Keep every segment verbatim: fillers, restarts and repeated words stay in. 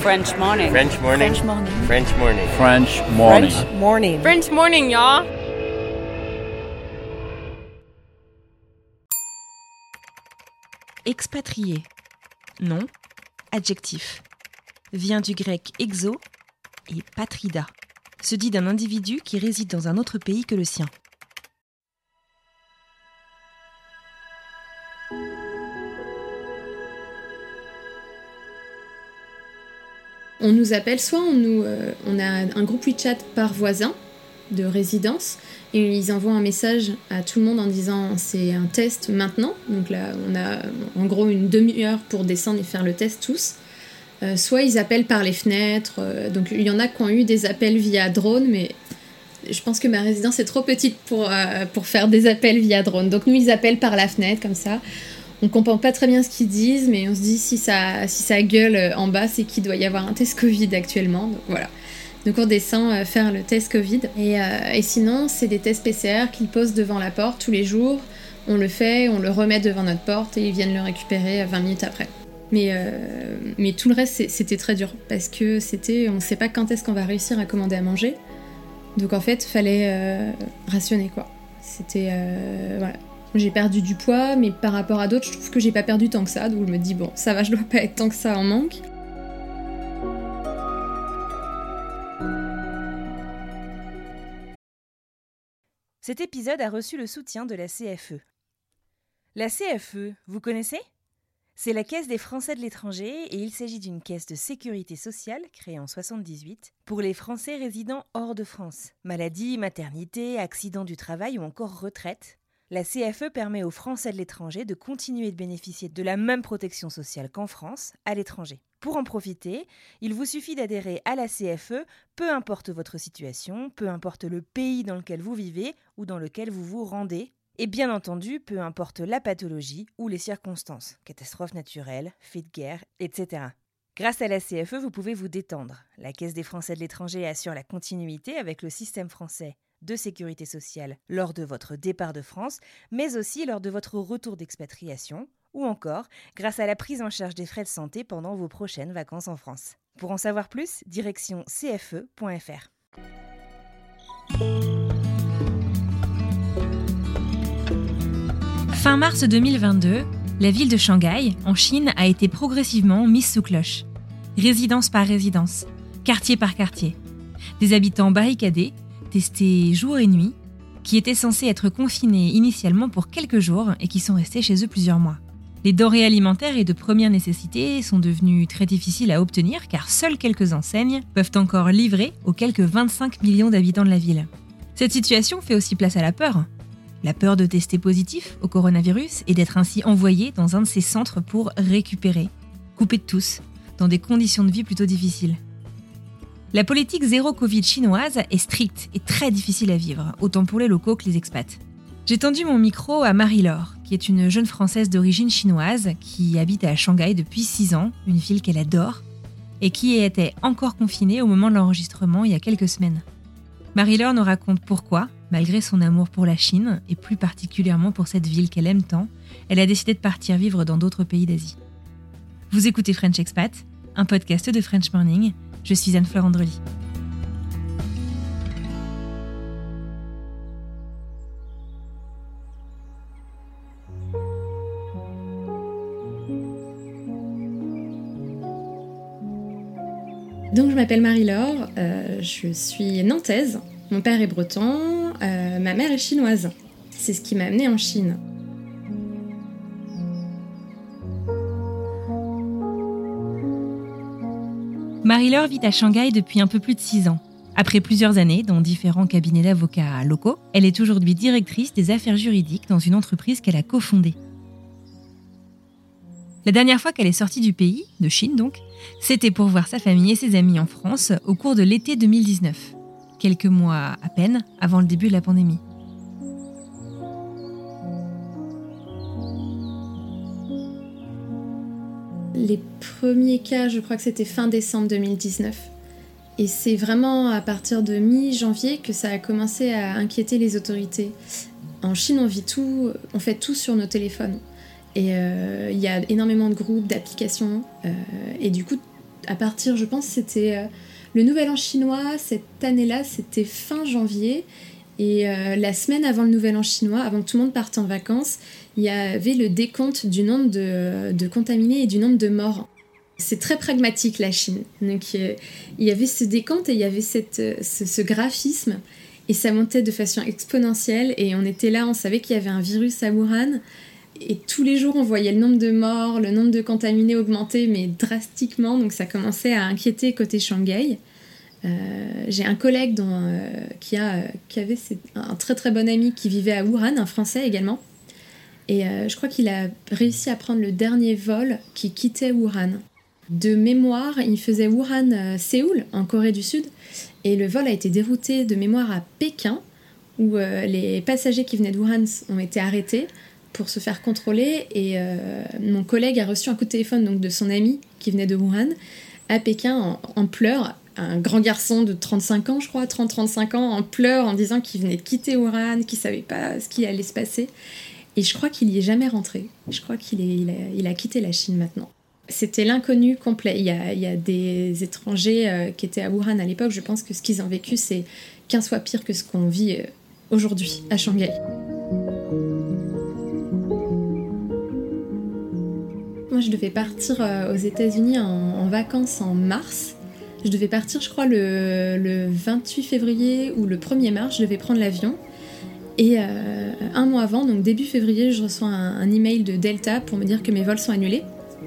French morning. French morning. French morning. French morning. French morning. French morning. French morning, y'all. Expatrié. Nom, adjectif. Vient du grec exo et patrida. Se dit d'un individu qui réside dans un autre pays que le sien. On nous appelle, soit on, nous, euh, on a un groupe WeChat par voisin de résidence et ils envoient un message à tout le monde en disant c'est un test maintenant. Donc là, on a en gros une demi-heure pour descendre et faire le test tous. Euh, soit ils appellent par les fenêtres. Euh, donc il y en a qui ont eu des appels via drone, mais je pense que ma résidence est trop petite pour, euh, pour faire des appels via drone. Donc nous, ils appellent par la fenêtre comme ça. On comprend pas très bien ce qu'ils disent, mais on se dit si ça, si ça gueule en bas, c'est qu'il doit y avoir un test Covid actuellement. Donc voilà. Donc on descend faire le test Covid. Et, euh, et sinon, c'est des tests P C R qu'ils posent devant la porte tous les jours. On le fait, on le remet devant notre porte et ils viennent le récupérer vingt minutes après. Mais, euh, mais tout le reste, c'était très dur parce que c'était, on sait pas quand est-ce qu'on va réussir à commander à manger. Donc en fait, fallait euh, rationner quoi. C'était euh, voilà. J'ai perdu du poids, mais par rapport à d'autres, je trouve que j'ai pas perdu tant que ça. Donc je me dis, bon, ça va, je dois pas être tant que ça en manque. Cet épisode a reçu le soutien de la C F E. La C F E, vous connaissez ? C'est la Caisse des Français de l'étranger et il s'agit d'une caisse de sécurité sociale créée en soixante-dix-huit pour les Français résidant hors de France. Maladie, maternité, accident du travail ou encore retraite. La C F E permet aux Français de l'étranger de continuer de bénéficier de la même protection sociale qu'en France, à l'étranger. Pour en profiter, il vous suffit d'adhérer à la C F E, peu importe votre situation, peu importe le pays dans lequel vous vivez ou dans lequel vous vous rendez, et bien entendu, peu importe la pathologie ou les circonstances, catastrophes naturelles, faits de guerre, et cetera. Grâce à la C F E, vous pouvez vous détendre. La Caisse des Français de l'étranger assure la continuité avec le système français de sécurité sociale lors de votre départ de France, mais aussi lors de votre retour d'expatriation, ou encore grâce à la prise en charge des frais de santé pendant vos prochaines vacances en France. Pour en savoir plus, direction c f e point f r. Fin mars deux mille vingt-deux, la ville de Shanghai, en Chine, a été progressivement mise sous cloche. Résidence par résidence, quartier par quartier. Des habitants barricadés, testés jour et nuit, qui étaient censés être confinés initialement pour quelques jours et qui sont restés chez eux plusieurs mois. Les denrées alimentaires et de première nécessité sont devenues très difficiles à obtenir car seules quelques enseignes peuvent encore livrer aux quelques vingt-cinq millions d'habitants de la ville. Cette situation fait aussi place à la peur. La peur de tester positif au coronavirus et d'être ainsi envoyé dans un de ces centres pour récupérer, coupé de tous, dans des conditions de vie plutôt difficiles. La politique zéro Covid chinoise est stricte et très difficile à vivre, autant pour les locaux que les expats. J'ai tendu mon micro à Marie-Laure, qui est une jeune Française d'origine chinoise qui habite à Shanghai depuis six ans, une ville qu'elle adore, et qui était encore confinée au moment de l'enregistrement il y a quelques semaines. Marie-Laure nous raconte pourquoi, malgré son amour pour la Chine, et plus particulièrement pour cette ville qu'elle aime tant, elle a décidé de partir vivre dans d'autres pays d'Asie. Vous écoutez French Expat, un podcast de French Morning. Je suis Anne-Fleur Andrely. Donc je m'appelle Marie-Laure, euh, je suis nantaise, mon père est breton, euh, ma mère est chinoise. C'est ce qui m'a amenée en Chine. Marie-Laure vit à Shanghai depuis un peu plus de six ans. Après plusieurs années dans différents cabinets d'avocats locaux, elle est aujourd'hui directrice des affaires juridiques dans une entreprise qu'elle a cofondée. La dernière fois qu'elle est sortie du pays, de Chine donc, c'était pour voir sa famille et ses amis en France au cours de l'été deux mille dix-neuf, quelques mois à peine avant le début de la pandémie. Les premiers cas, je crois que c'était fin décembre deux mille dix-neuf. Et c'est vraiment à partir de mi-janvier que ça a commencé à inquiéter les autorités. En Chine, on vit tout, on fait tout sur nos téléphones. Et il euh, y a énormément de groupes, d'applications. Euh, et du coup, à partir, je pense, c'était euh, le Nouvel An chinois, cette année-là, c'était fin janvier. Et euh, la semaine avant le Nouvel An chinois, avant que tout le monde parte en vacances, il y avait le décompte du nombre de, de contaminés et du nombre de morts. C'est très pragmatique, la Chine. Donc, euh, il y avait ce décompte et il y avait cette, ce, ce graphisme. Et ça montait de façon exponentielle. Et on était là, on savait qu'il y avait un virus à Wuhan. Et tous les jours, on voyait le nombre de morts, le nombre de contaminés augmenter, mais drastiquement. Donc, ça commençait à inquiéter côté Shanghai. Euh, j'ai un collègue dont, euh, qui, a, qui avait un très très bon ami qui vivait à Wuhan, un Français également. Et euh, je crois qu'il a réussi à prendre le dernier vol qui quittait Wuhan. De mémoire, il faisait Wuhan-Séoul, en Corée du Sud, et le vol a été dérouté de mémoire à Pékin, où euh, les passagers qui venaient de Wuhan ont été arrêtés pour se faire contrôler, et euh, mon collègue a reçu un coup de téléphone donc, de son ami qui venait de Wuhan, à Pékin, en, en pleurs, un grand garçon de trente-cinq ans, je crois, trente à trente-cinq ans, en pleurs, en disant qu'il venait de quitter Wuhan, qu'il savait pas ce qui allait se passer. Et je crois qu'il y est jamais rentré. Je crois qu'il est, il a, il a quitté la Chine maintenant. C'était l'inconnu complet. Il y a, il y a des étrangers euh, qui étaient à Wuhan à l'époque. Je pense que ce qu'ils ont vécu, c'est quinze fois pire que ce qu'on vit euh, aujourd'hui à Shanghai. Moi, je devais partir euh, aux États-Unis en, en vacances en mars. Je devais partir, je crois, le, le vingt-huit février ou le premier mars. Je devais prendre l'avion. Et euh, un mois avant, donc début février, je reçois un, un email de Delta pour me dire que mes vols sont annulés.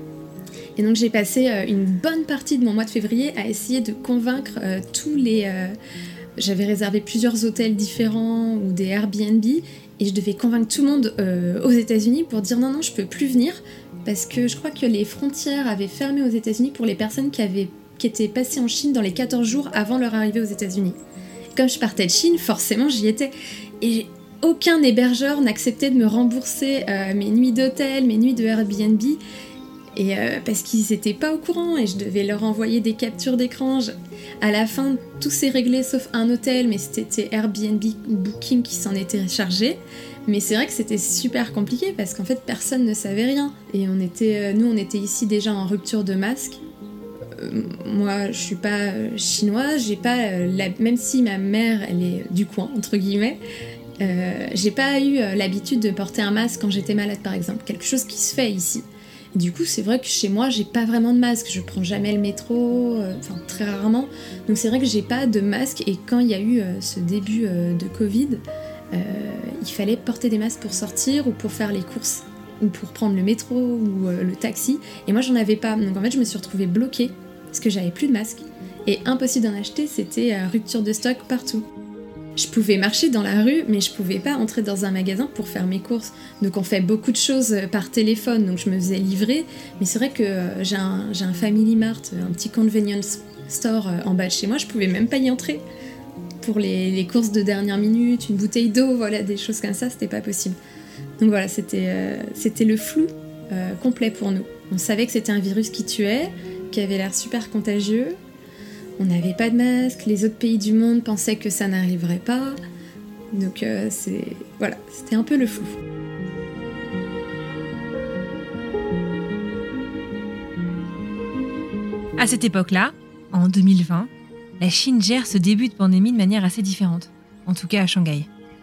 Et donc j'ai passé euh, une bonne partie de mon mois de février à essayer de convaincre euh, tous les... Euh, j'avais réservé plusieurs hôtels différents ou des Airbnb et je devais convaincre tout le monde euh, aux États-Unis pour dire non, non, je peux plus venir parce que je crois que les frontières avaient fermé aux États-Unis pour les personnes qui, avaient, qui étaient passées en Chine dans les quatorze jours avant leur arrivée aux États-Unis. Comme je partais de Chine, forcément j'y étais. Et j'ai... aucun hébergeur n'acceptait de me rembourser euh, mes nuits d'hôtel, mes nuits de Airbnb. Et euh, parce qu'ils n'étaient pas au courant et je devais leur envoyer des captures d'écran. Je... À la fin, tout s'est réglé sauf un hôtel, mais c'était Airbnb ou Booking qui s'en était chargé. Mais c'est vrai que c'était super compliqué parce qu'en fait, personne ne savait rien. Et on était, euh, nous, on était ici déjà en rupture de masque. Euh, moi, je suis pas euh, chinoise, j'ai pas, euh, la... même si ma mère, elle est du coin, entre guillemets, euh, j'ai pas eu euh, l'habitude de porter un masque quand j'étais malade, par exemple. Quelque chose qui se fait ici. Du coup, c'est vrai que chez moi, j'ai pas vraiment de masque. Je prends jamais le métro, euh, enfin très rarement. Donc c'est vrai que j'ai pas de masque. Et quand il y a eu euh, ce début euh, de Covid, euh, il fallait porter des masques pour sortir ou pour faire les courses ou pour prendre le métro ou euh, le taxi. Et moi, j'en avais pas. Donc en fait, je me suis retrouvée bloquée parce que j'avais plus de masque. Et impossible d'en acheter, c'était euh, rupture de stock partout. Je pouvais marcher dans la rue, mais je pouvais pas entrer dans un magasin pour faire mes courses. Donc on fait beaucoup de choses par téléphone, donc je me faisais livrer. Mais c'est vrai que euh, j'ai un, j'ai un Family Mart, un petit convenience store euh, en bas de chez moi, je pouvais même pas y entrer. Pour les, les courses de dernière minute, une bouteille d'eau, voilà, des choses comme ça, c'était pas possible. Donc voilà, c'était, euh, c'était le flou euh, complet pour nous. On savait que c'était un virus qui tuait, qui avait l'air super contagieux. On n'avait pas de masque, les autres pays du monde pensaient que ça n'arriverait pas. Donc euh, c'est... voilà, c'était un peu le flou. À cette époque-là, en deux mille vingt, la Chine gère ce début de pandémie de manière assez différente, en tout cas à Shanghai.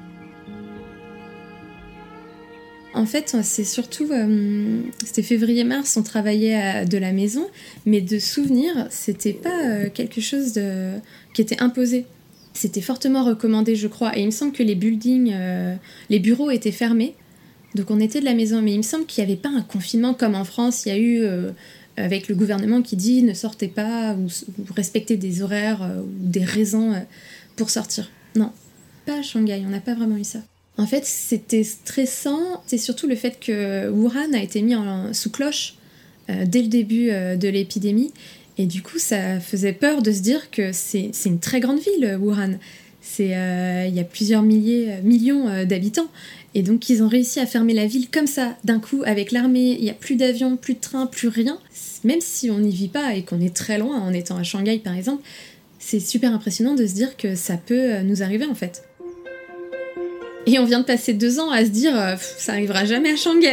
En fait, c'est surtout, euh, c'était février-mars, on travaillait à, de la maison, mais de souvenir, c'était pas euh, quelque chose de, qui était imposé. C'était fortement recommandé, je crois, et il me semble que les buildings, euh, les bureaux étaient fermés, donc on était de la maison, mais il me semble qu'il n'y avait pas un confinement comme en France, il y a eu, euh, avec le gouvernement qui dit ne sortez pas, ou, ou respectez des horaires, euh, ou des raisons euh, pour sortir. Non, pas à Shanghai, on n'a pas vraiment eu ça. En fait, c'était stressant, c'est surtout le fait que Wuhan a été mis en, sous cloche euh, dès le début euh, de l'épidémie. Et du coup, ça faisait peur de se dire que c'est, c'est une très grande ville, Wuhan. C'est, euh, y a plusieurs milliers, millions euh, d'habitants. Et donc, ils ont réussi à fermer la ville comme ça, d'un coup, avec l'armée. Il n'y a plus d'avions, plus de trains, plus rien. Même si on n'y vit pas et qu'on est très loin, en étant à Shanghai, par exemple, c'est super impressionnant de se dire que ça peut nous arriver, en fait. Et on vient de passer deux ans à se dire euh, « ça arrivera jamais à Shanghai ».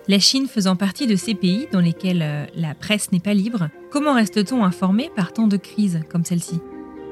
La Chine faisant partie de ces pays dans lesquels euh, la presse n'est pas libre, comment reste-t-on informé par tant de crises comme celle-ci ?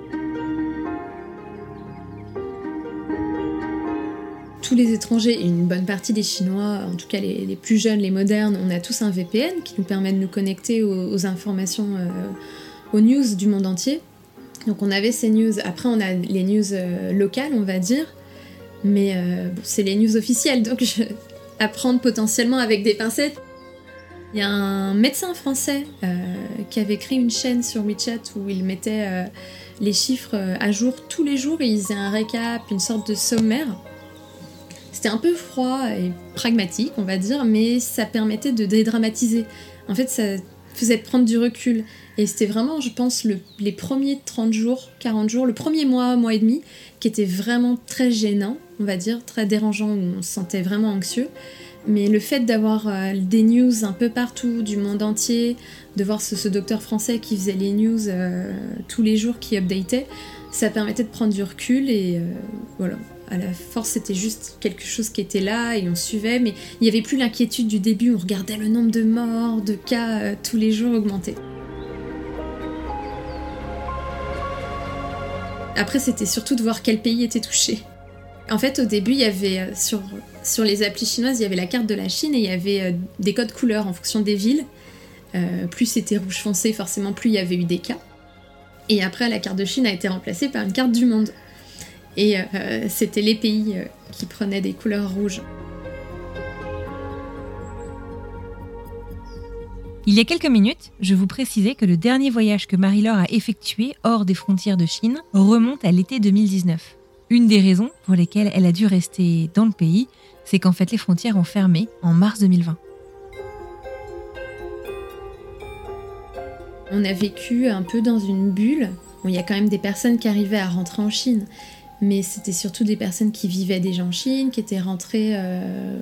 Tous les étrangers et une bonne partie des Chinois, en tout cas les, les plus jeunes, les modernes, on a tous un V P N qui nous permet de nous connecter aux, aux informations, euh, aux news du monde entier. Donc on avait ces news, après on a les news euh, locales on va dire, mais euh, bon, c'est les news officielles, donc je... à prendre potentiellement avec des pincettes. Il y a un médecin français euh, qui avait créé une chaîne sur WeChat où il mettait euh, les chiffres à jour tous les jours et il faisait un récap, une sorte de sommaire. C'était un peu froid et pragmatique, on va dire, mais ça permettait de dédramatiser. En fait, ça faisait prendre du recul. Et c'était vraiment, je pense, le, les premiers trente jours, quarante jours, le premier mois, mois et demi, qui était vraiment très gênant, on va dire, très dérangeant, où on se sentait vraiment anxieux. Mais le fait d'avoir euh, des news un peu partout, du monde entier, de voir ce, ce docteur français qui faisait les news euh, tous les jours, qui updatait, ça permettait de prendre du recul et euh, voilà. À la force, c'était juste quelque chose qui était là et on suivait, mais il n'y avait plus l'inquiétude du début, on regardait le nombre de morts, de cas euh, tous les jours augmenter. Après, c'était surtout de voir quel pays était touché. En fait, au début, il y avait, sur, sur les applis chinoises, il y avait la carte de la Chine et il y avait euh, des codes couleurs en fonction des villes. Euh, plus c'était rouge foncé, forcément, plus il y avait eu des cas. Et après, la carte de Chine a été remplacée par une carte du monde. Et euh, c'était les pays euh, qui prenaient des couleurs rouges. Il y a quelques minutes, je vous précisais que le dernier voyage que Marie-Laure a effectué hors des frontières de Chine remonte à l'été deux mille dix-neuf. Une des raisons pour lesquelles elle a dû rester dans le pays, c'est qu'en fait les frontières ont fermé en mars deux mille vingt. On a vécu un peu dans une bulle. Bon, il y a quand même des personnes qui arrivaient à rentrer en Chine. Mais c'était surtout des personnes qui vivaient déjà en Chine, qui étaient rentrées euh,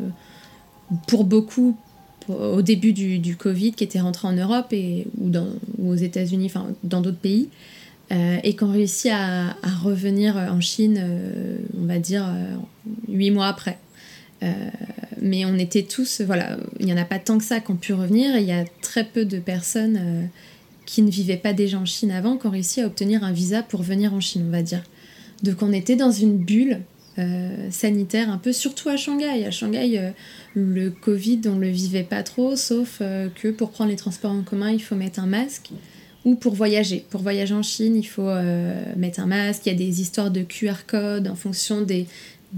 pour beaucoup pour, au début du, du Covid, qui étaient rentrées en Europe et, ou, dans, ou aux États-Unis, enfin dans d'autres pays, euh, et qui ont réussi à, à revenir en Chine, euh, on va dire, huit euh, mois après. Euh, mais on était tous, voilà, il n'y en a pas tant que ça qui ont pu revenir, et il y a très peu de personnes euh, qui ne vivaient pas déjà en Chine avant, qui ont réussi à obtenir un visa pour venir en Chine, on va dire. Donc on était dans une bulle euh, sanitaire un peu, surtout à Shanghai. À Shanghai, euh, le Covid, on le vivait pas trop, sauf euh, que pour prendre les transports en commun, il faut mettre un masque. Ou pour voyager. Pour voyager en Chine, il faut euh, mettre un masque. Il y a des histoires de Q R code en fonction des,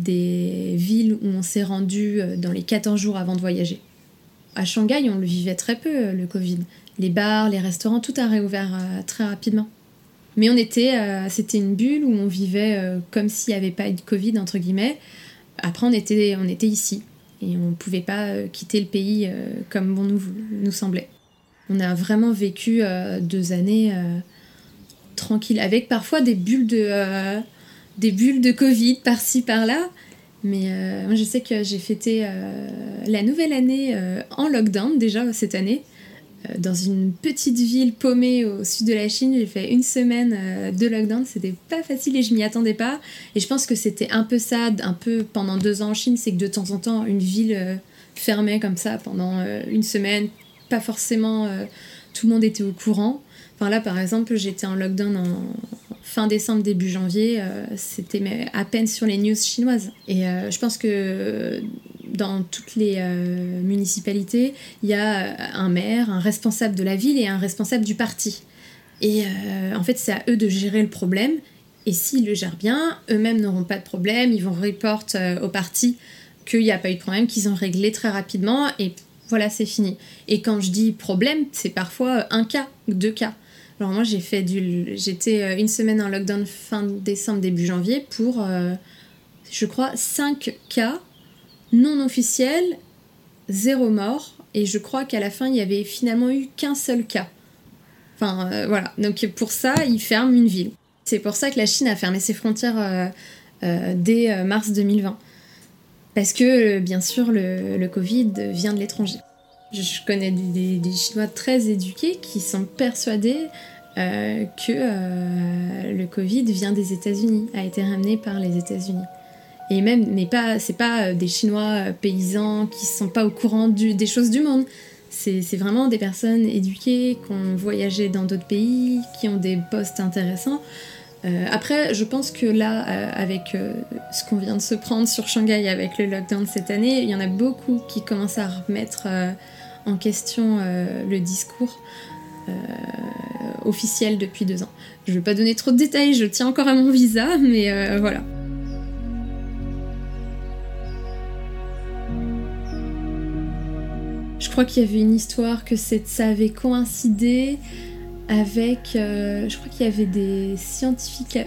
des villes où on s'est rendu dans les quatorze jours avant de voyager. À Shanghai, on le vivait très peu, le Covid. Les bars, les restaurants, tout a réouvert euh, très rapidement. Mais on était, euh, c'était une bulle où on vivait euh, comme s'il n'y avait pas eu de Covid, entre guillemets. Après, on était, on était ici. Et on ne pouvait pas euh, quitter le pays euh, comme bon nous, nous semblait. On a vraiment vécu euh, deux années euh, tranquilles, avec parfois des bulles de, euh, des bulles de Covid par-ci, par-là. Mais euh, moi, je sais que j'ai fêté euh, la nouvelle année euh, en lockdown, déjà, cette année. Dans une petite ville paumée au sud de la Chine, j'ai fait une semaine de lockdown, c'était pas facile et je m'y attendais pas. Et je pense que c'était un peu ça, un peu pendant deux ans en Chine, c'est que de temps en temps, une ville fermait comme ça pendant une semaine. Pas forcément tout le monde était au courant. Enfin là, par exemple, j'étais en lockdown en fin décembre, début janvier, c'était à peine sur les news chinoises. Et je pense que dans toutes les euh, municipalités, il y a un maire, un responsable de la ville et un responsable du parti. Et euh, en fait, c'est à eux de gérer le problème. Et s'ils le gèrent bien, eux-mêmes n'auront pas de problème. Ils vont report euh, au parti qu'il n'y a pas eu de problème, qu'ils ont réglé très rapidement. Et voilà, c'est fini. Et quand je dis problème, c'est parfois un cas, deux cas. Alors moi, j'ai fait du... j'étais une semaine en lockdown fin décembre, début janvier pour, euh, je crois, cinq cas non officiel, zéro mort, et je crois qu'à la fin, il y avait finalement eu qu'un seul cas. Enfin, euh, voilà. Donc pour ça, ils ferment une ville. C'est pour ça que la Chine a fermé ses frontières euh, euh, dès euh, mars deux mille vingt. Parce que, euh, bien sûr, le, le Covid vient de l'étranger. Je, je connais des, des Chinois très éduqués qui sont persuadés euh, que euh, le Covid vient des États-Unis, a été ramené par les États-Unis. Et même, mais pas, c'est pas des Chinois paysans qui sont pas au courant du, des choses du monde. C'est, c'est vraiment des personnes éduquées, qui ont voyagé dans d'autres pays, qui ont des postes intéressants. Euh, après, je pense que là, euh, avec euh, ce qu'on vient de se prendre sur Shanghai, avec le lockdown cette année, il y en a beaucoup qui commencent à remettre euh, en question euh, le discours euh, officiel depuis deux ans. Je ne vais pas donner trop de détails, je tiens encore à mon visa, mais euh, voilà. Je crois qu'il y avait une histoire que c'est, ça avait coïncidé avec... Euh, je crois qu'il y avait des scientifiques,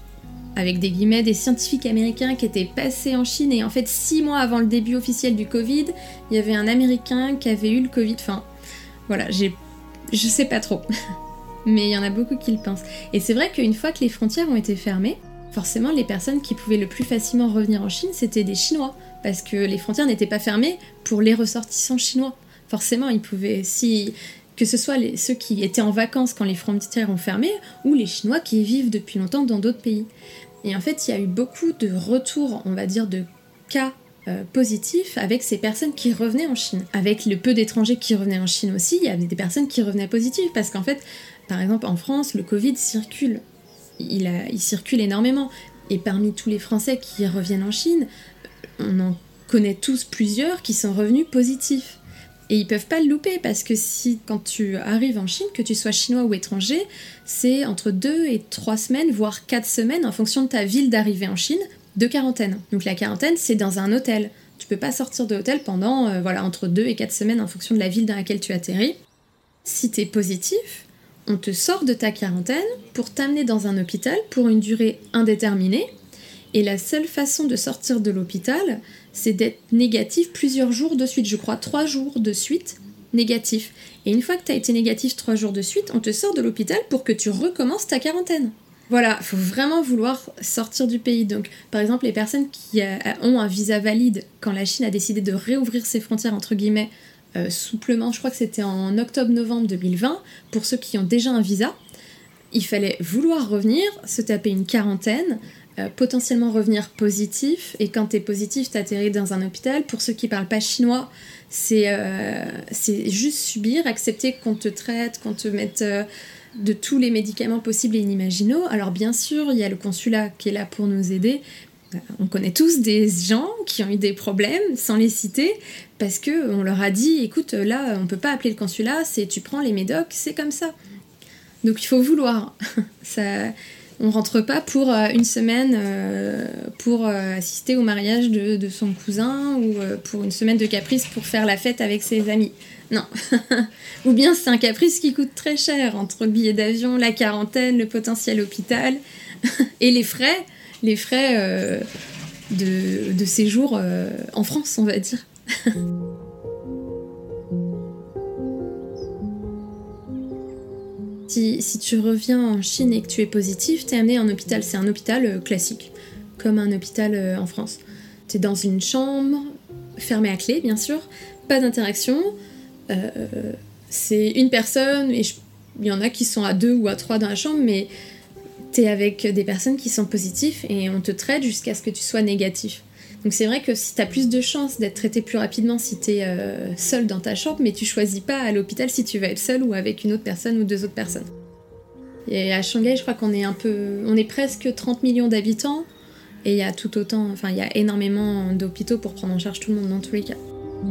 avec des guillemets, des scientifiques américains qui étaient passés en Chine, et en fait, six mois avant le début officiel du Covid, il y avait un Américain qui avait eu le Covid. Enfin, voilà, j'ai, je sais pas trop. Mais il y en a beaucoup qui le pensent. Et c'est vrai qu'une fois que les frontières ont été fermées, forcément, les personnes qui pouvaient le plus facilement revenir en Chine, c'était des Chinois. Parce que les frontières n'étaient pas fermées pour les ressortissants chinois. Forcément, ils pouvaient, si, que ce soit les, ceux qui étaient en vacances quand les frontières ont fermé, ou les Chinois qui vivent depuis longtemps dans d'autres pays. Et en fait, il y a eu beaucoup de retours, on va dire, de cas euh, positifs avec ces personnes qui revenaient en Chine. Avec le peu d'étrangers qui revenaient en Chine aussi, il y avait des personnes qui revenaient positives. Parce qu'en fait, par exemple, en France, le Covid circule. Il, a, il circule énormément. Et parmi tous les Français qui reviennent en Chine, on en connaît tous plusieurs qui sont revenus positifs. Et ils peuvent pas le louper parce que si, quand tu arrives en Chine, que tu sois chinois ou étranger, c'est entre deux et trois semaines, voire quatre semaines, en fonction de ta ville d'arrivée en Chine, de quarantaine. Donc la quarantaine, c'est dans un hôtel. Tu peux pas sortir de l'hôtel pendant, euh, voilà, entre deux et quatre semaines en fonction de la ville dans laquelle tu atterris. Si t'es positif, on te sort de ta quarantaine pour t'amener dans un hôpital pour une durée indéterminée. Et la seule façon de sortir de l'hôpital, c'est d'être négatif plusieurs jours de suite. Je crois trois jours de suite négatif. Et une fois que tu as été négatif trois jours de suite, on te sort de l'hôpital pour que tu recommences ta quarantaine. Voilà, il faut vraiment vouloir sortir du pays. Donc, par exemple, les personnes qui a, ont un visa valide, quand la Chine a décidé de réouvrir ses frontières, entre guillemets, euh, souplement, je crois que c'était en octobre-novembre deux mille vingt, pour ceux qui ont déjà un visa, il fallait vouloir revenir, se taper une quarantaine, Euh, potentiellement revenir positif, et quand t'es positif t'atterris dans un hôpital. Pour ceux qui parlent pas chinois, c'est, euh, c'est juste subir, accepter qu'on te traite, qu'on te mette euh, de tous les médicaments possibles et inimaginables. Alors bien sûr, il y a le consulat qui est là pour nous aider. On connaît tous des gens qui ont eu des problèmes, sans les citer, parce qu'on leur a dit, écoute, là on peut pas appeler le consulat, c'est tu prends les médocs, c'est comme ça. Donc il faut vouloir. ça On rentre pas pour euh, une semaine euh, pour euh, assister au mariage de, de son cousin, ou euh, pour une semaine de caprice pour faire la fête avec ses amis. Non. Ou bien c'est un caprice qui coûte très cher, entre le billet d'avion, la quarantaine, le potentiel hôpital, et les frais, les frais euh, de, de séjour euh, en France, on va dire. Si, si tu reviens en Chine et que tu es positif, t'es amené en hôpital. C'est un hôpital euh, classique, comme un hôpital euh, en France. T'es dans une chambre, fermée à clé, bien sûr, pas d'interaction. Euh, c'est une personne, et il y en a qui sont à deux ou à trois dans la chambre, mais t'es avec des personnes qui sont positives et on te traite jusqu'à ce que tu sois négatif. Donc c'est vrai que si t'as plus de chances d'être traité plus rapidement si t'es euh, seul dans ta chambre, mais tu choisis pas à l'hôpital si tu vas être seul ou avec une autre personne ou deux autres personnes. Et à Shanghai, je crois qu'on est un peu, on est presque trente millions d'habitants, et il y a tout autant, enfin il y a énormément d'hôpitaux pour prendre en charge tout le monde dans tous les cas.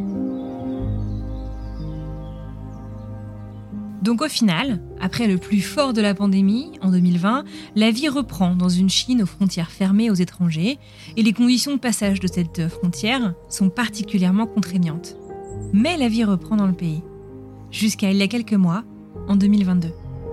Donc au final, après le plus fort de la pandémie, en deux mille vingt, la vie reprend dans une Chine aux frontières fermées aux étrangers, et les conditions de passage de cette frontière sont particulièrement contraignantes. Mais la vie reprend dans le pays, jusqu'à il y a quelques mois, en deux mille vingt-deux.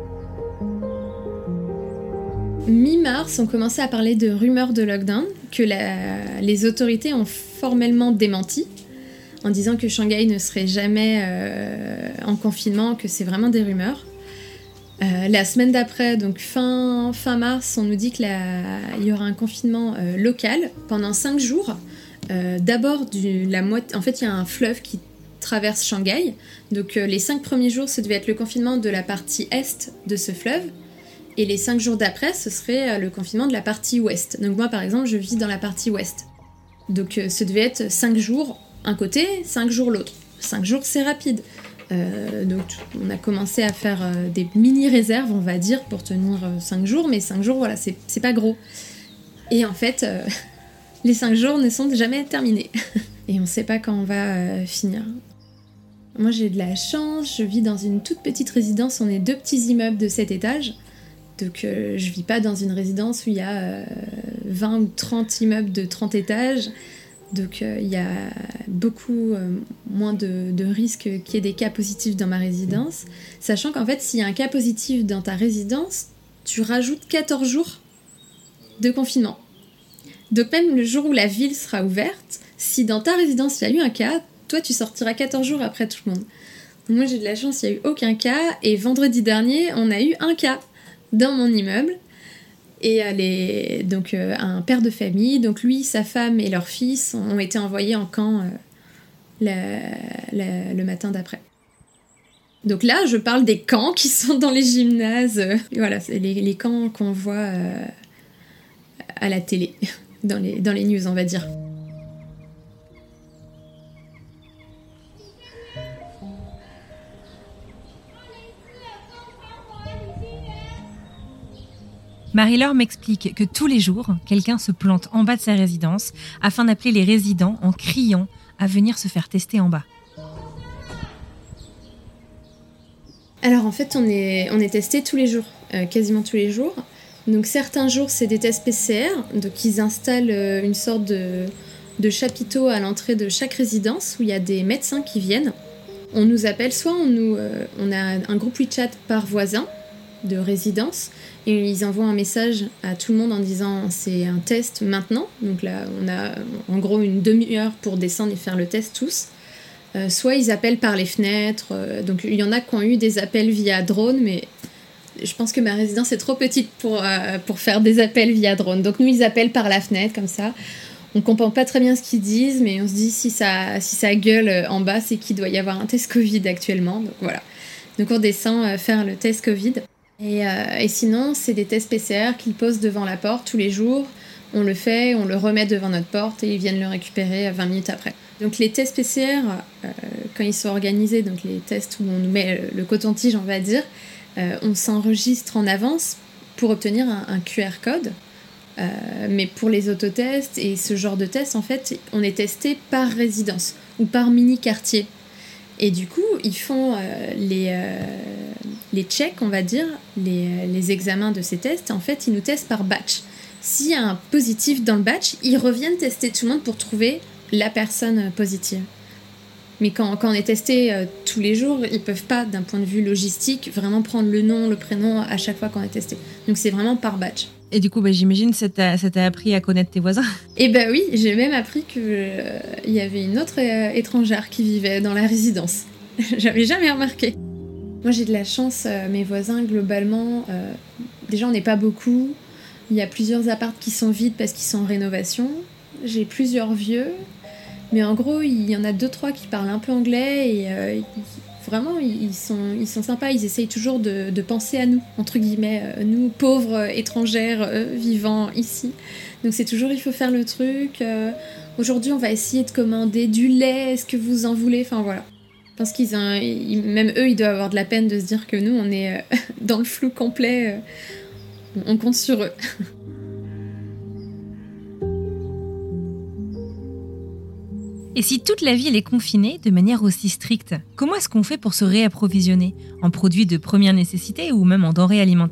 Mi-mars, on commençait à parler de rumeurs de lockdown, que la... les autorités ont formellement démenti, en disant que Shanghai ne serait jamais euh, en confinement, que c'est vraiment des rumeurs. Euh, la semaine d'après, donc fin, fin mars, on nous dit qu'il y aura un confinement euh, local pendant cinq jours. Euh, d'abord, du, la moitié, en fait, il y a un fleuve qui traverse Shanghai. Donc euh, les cinq premiers jours, ça devait être le confinement de la partie est de ce fleuve. Et les cinq jours d'après, ce serait euh, le confinement de la partie ouest. Donc moi, par exemple, je vis dans la partie ouest. Donc euh, ça devait être cinq jours un côté, cinq jours l'autre. cinq jours, c'est rapide. Euh, donc on a commencé à faire euh, des mini-réserves, on va dire, pour tenir euh, cinq jours, mais cinq jours, voilà, c'est, c'est pas gros. Et en fait, euh, les cinq jours ne sont jamais terminés. Et on sait pas quand on va euh, finir. Moi, j'ai de la chance, je vis dans une toute petite résidence, on est deux petits immeubles de sept étages. Donc euh, je vis pas dans une résidence où il y a euh, vingt ou trente immeubles de trente étages. Donc il euh, y a beaucoup euh, moins de, de risques qu'il y ait des cas positifs dans ma résidence. Sachant qu'en fait, s'il y a un cas positif dans ta résidence, tu rajoutes quatorze jours de confinement. Donc même le jour où la ville sera ouverte, si dans ta résidence il y a eu un cas, toi tu sortiras quatorze jours après tout le monde. Donc, moi j'ai de la chance, il n'y a eu aucun cas. Et vendredi dernier, on a eu un cas dans mon immeuble. Et euh, les... donc euh, un père de famille, donc lui, sa femme et leur fils ont été envoyés en camp euh, la... La... le matin d'après. Donc là, je parle des camps qui sont dans les gymnases. Euh, voilà, c'est les, les camps qu'on voit euh, à la télé, dans les, dans les news, on va dire. Marie-Laure m'explique que tous les jours, quelqu'un se plante en bas de sa résidence afin d'appeler les résidents en criant à venir se faire tester en bas. Alors en fait, on est, on est testé tous les jours, euh, quasiment tous les jours. Donc certains jours, c'est des tests P C R, donc ils installent euh, une sorte de, de chapiteau à l'entrée de chaque résidence où il y a des médecins qui viennent. On nous appelle, soit on, nous, euh, on a un groupe WeChat par voisin de résidence, et ils envoient un message à tout le monde en disant c'est un test maintenant. Donc là, on a en gros une demi-heure pour descendre et faire le test tous. Euh, soit ils appellent par les fenêtres. Euh, donc il y en a qui ont eu des appels via drone, mais je pense que ma résidence est trop petite pour, euh, pour faire des appels via drone. Donc nous, ils appellent par la fenêtre, comme ça. On comprend pas très bien ce qu'ils disent, mais on se dit si ça, si ça gueule en bas, c'est qu'il doit y avoir un test Covid actuellement. Donc voilà. Donc on descend euh, faire le test Covid. Et, euh, et sinon, c'est des tests P C R qu'ils posent devant la porte tous les jours. On le fait, on le remet devant notre porte et ils viennent le récupérer vingt minutes après. Donc les tests P C R, euh, quand ils sont organisés, donc les tests où on nous met le, le coton-tige, on va dire, euh, on s'enregistre en avance pour obtenir un, un Q R code. Euh, mais pour les autotests et ce genre de tests, en fait, on est testé par résidence ou par mini-quartier. Et du coup, ils font euh, les, euh, les checks, on va dire, les, les examens de ces tests. En fait, ils nous testent par batch. S'il y a un positif dans le batch, ils reviennent tester tout le monde pour trouver la personne positive. Mais quand, quand on est testé euh, tous les jours, ils peuvent pas, d'un point de vue logistique, vraiment prendre le nom, le prénom à chaque fois qu'on est testé. Donc c'est vraiment par batch. Et du coup, bah, j'imagine que ça t'a, ça t'a appris à connaître tes voisins. Et bah oui, j'ai même appris qu'il euh, y avait une autre euh, étrangère qui vivait dans la résidence. J'avais jamais remarqué. Moi j'ai de la chance, euh, mes voisins globalement, euh, déjà on n'est pas beaucoup. Il y a plusieurs apparts qui sont vides parce qu'ils sont en rénovation. J'ai plusieurs vieux. Mais en gros, il y en a deux, trois qui parlent un peu anglais et euh, ils, vraiment, ils sont, ils sont sympas. Ils essayent toujours de, de penser à nous, entre guillemets, euh, nous, pauvres euh, étrangères euh, vivant ici. Donc c'est toujours, il faut faire le truc. Euh, aujourd'hui, on va essayer de commander du lait. Est-ce que vous en voulez ? Enfin voilà. Je pense qu'ils, ont, ils, même eux, ils doivent avoir de la peine de se dire que nous, on est euh, dans le flou complet. Euh, on compte sur eux. Et si toute la ville est confinée de manière aussi stricte, comment est-ce qu'on fait pour se réapprovisionner en produits de première nécessité ou même en denrées alimentaires ?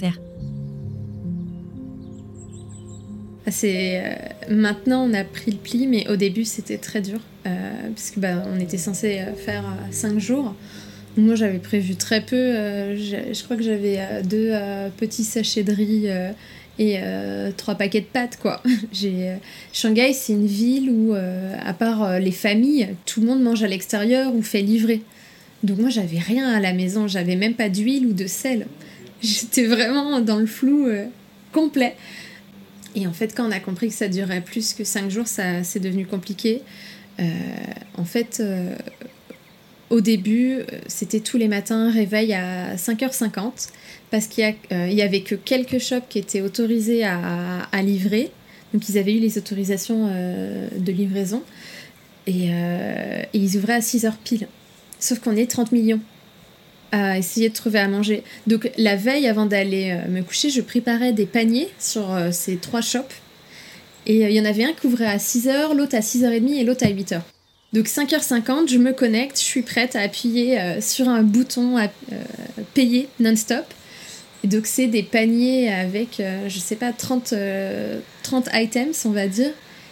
C'est, euh, maintenant, on a pris le pli, mais au début, c'était très dur. Euh, parce que, bah, on était censé faire euh, cinq jours. Moi, j'avais prévu très peu. Euh, je crois que j'avais euh, deux euh, petits sachets de riz euh, et euh, trois paquets de pâtes, quoi. J'ai, euh, Shanghai, c'est une ville où, euh, à part euh, les familles, tout le monde mange à l'extérieur ou fait livrer. Donc moi, j'avais rien à la maison. J'avais même pas d'huile ou de sel. J'étais vraiment dans le flou euh, complet. Et en fait, quand on a compris que ça durait plus que cinq jours, ça, c'est devenu compliqué. Euh, en fait, euh, au début, c'était tous les matins, réveil à cinq heures cinquante, parce qu'il y, a, euh, il y avait que quelques shops qui étaient autorisés à, à livrer. Donc ils avaient eu les autorisations euh, de livraison et, euh, et ils ouvraient à six heures pile. Sauf qu'on est trente millions à essayer de trouver à manger. Donc la veille, avant d'aller euh, me coucher, je préparais des paniers sur euh, ces trois shops. Et il euh, y en avait un qui ouvrait à six heures, l'autre à six heures trente et l'autre à huit heures. Donc cinq heures cinquante, je me connecte, je suis prête à appuyer euh, sur un bouton à euh, payer non-stop. Et donc c'est des paniers avec, euh, je sais pas, trente, euh, trente items, on va dire.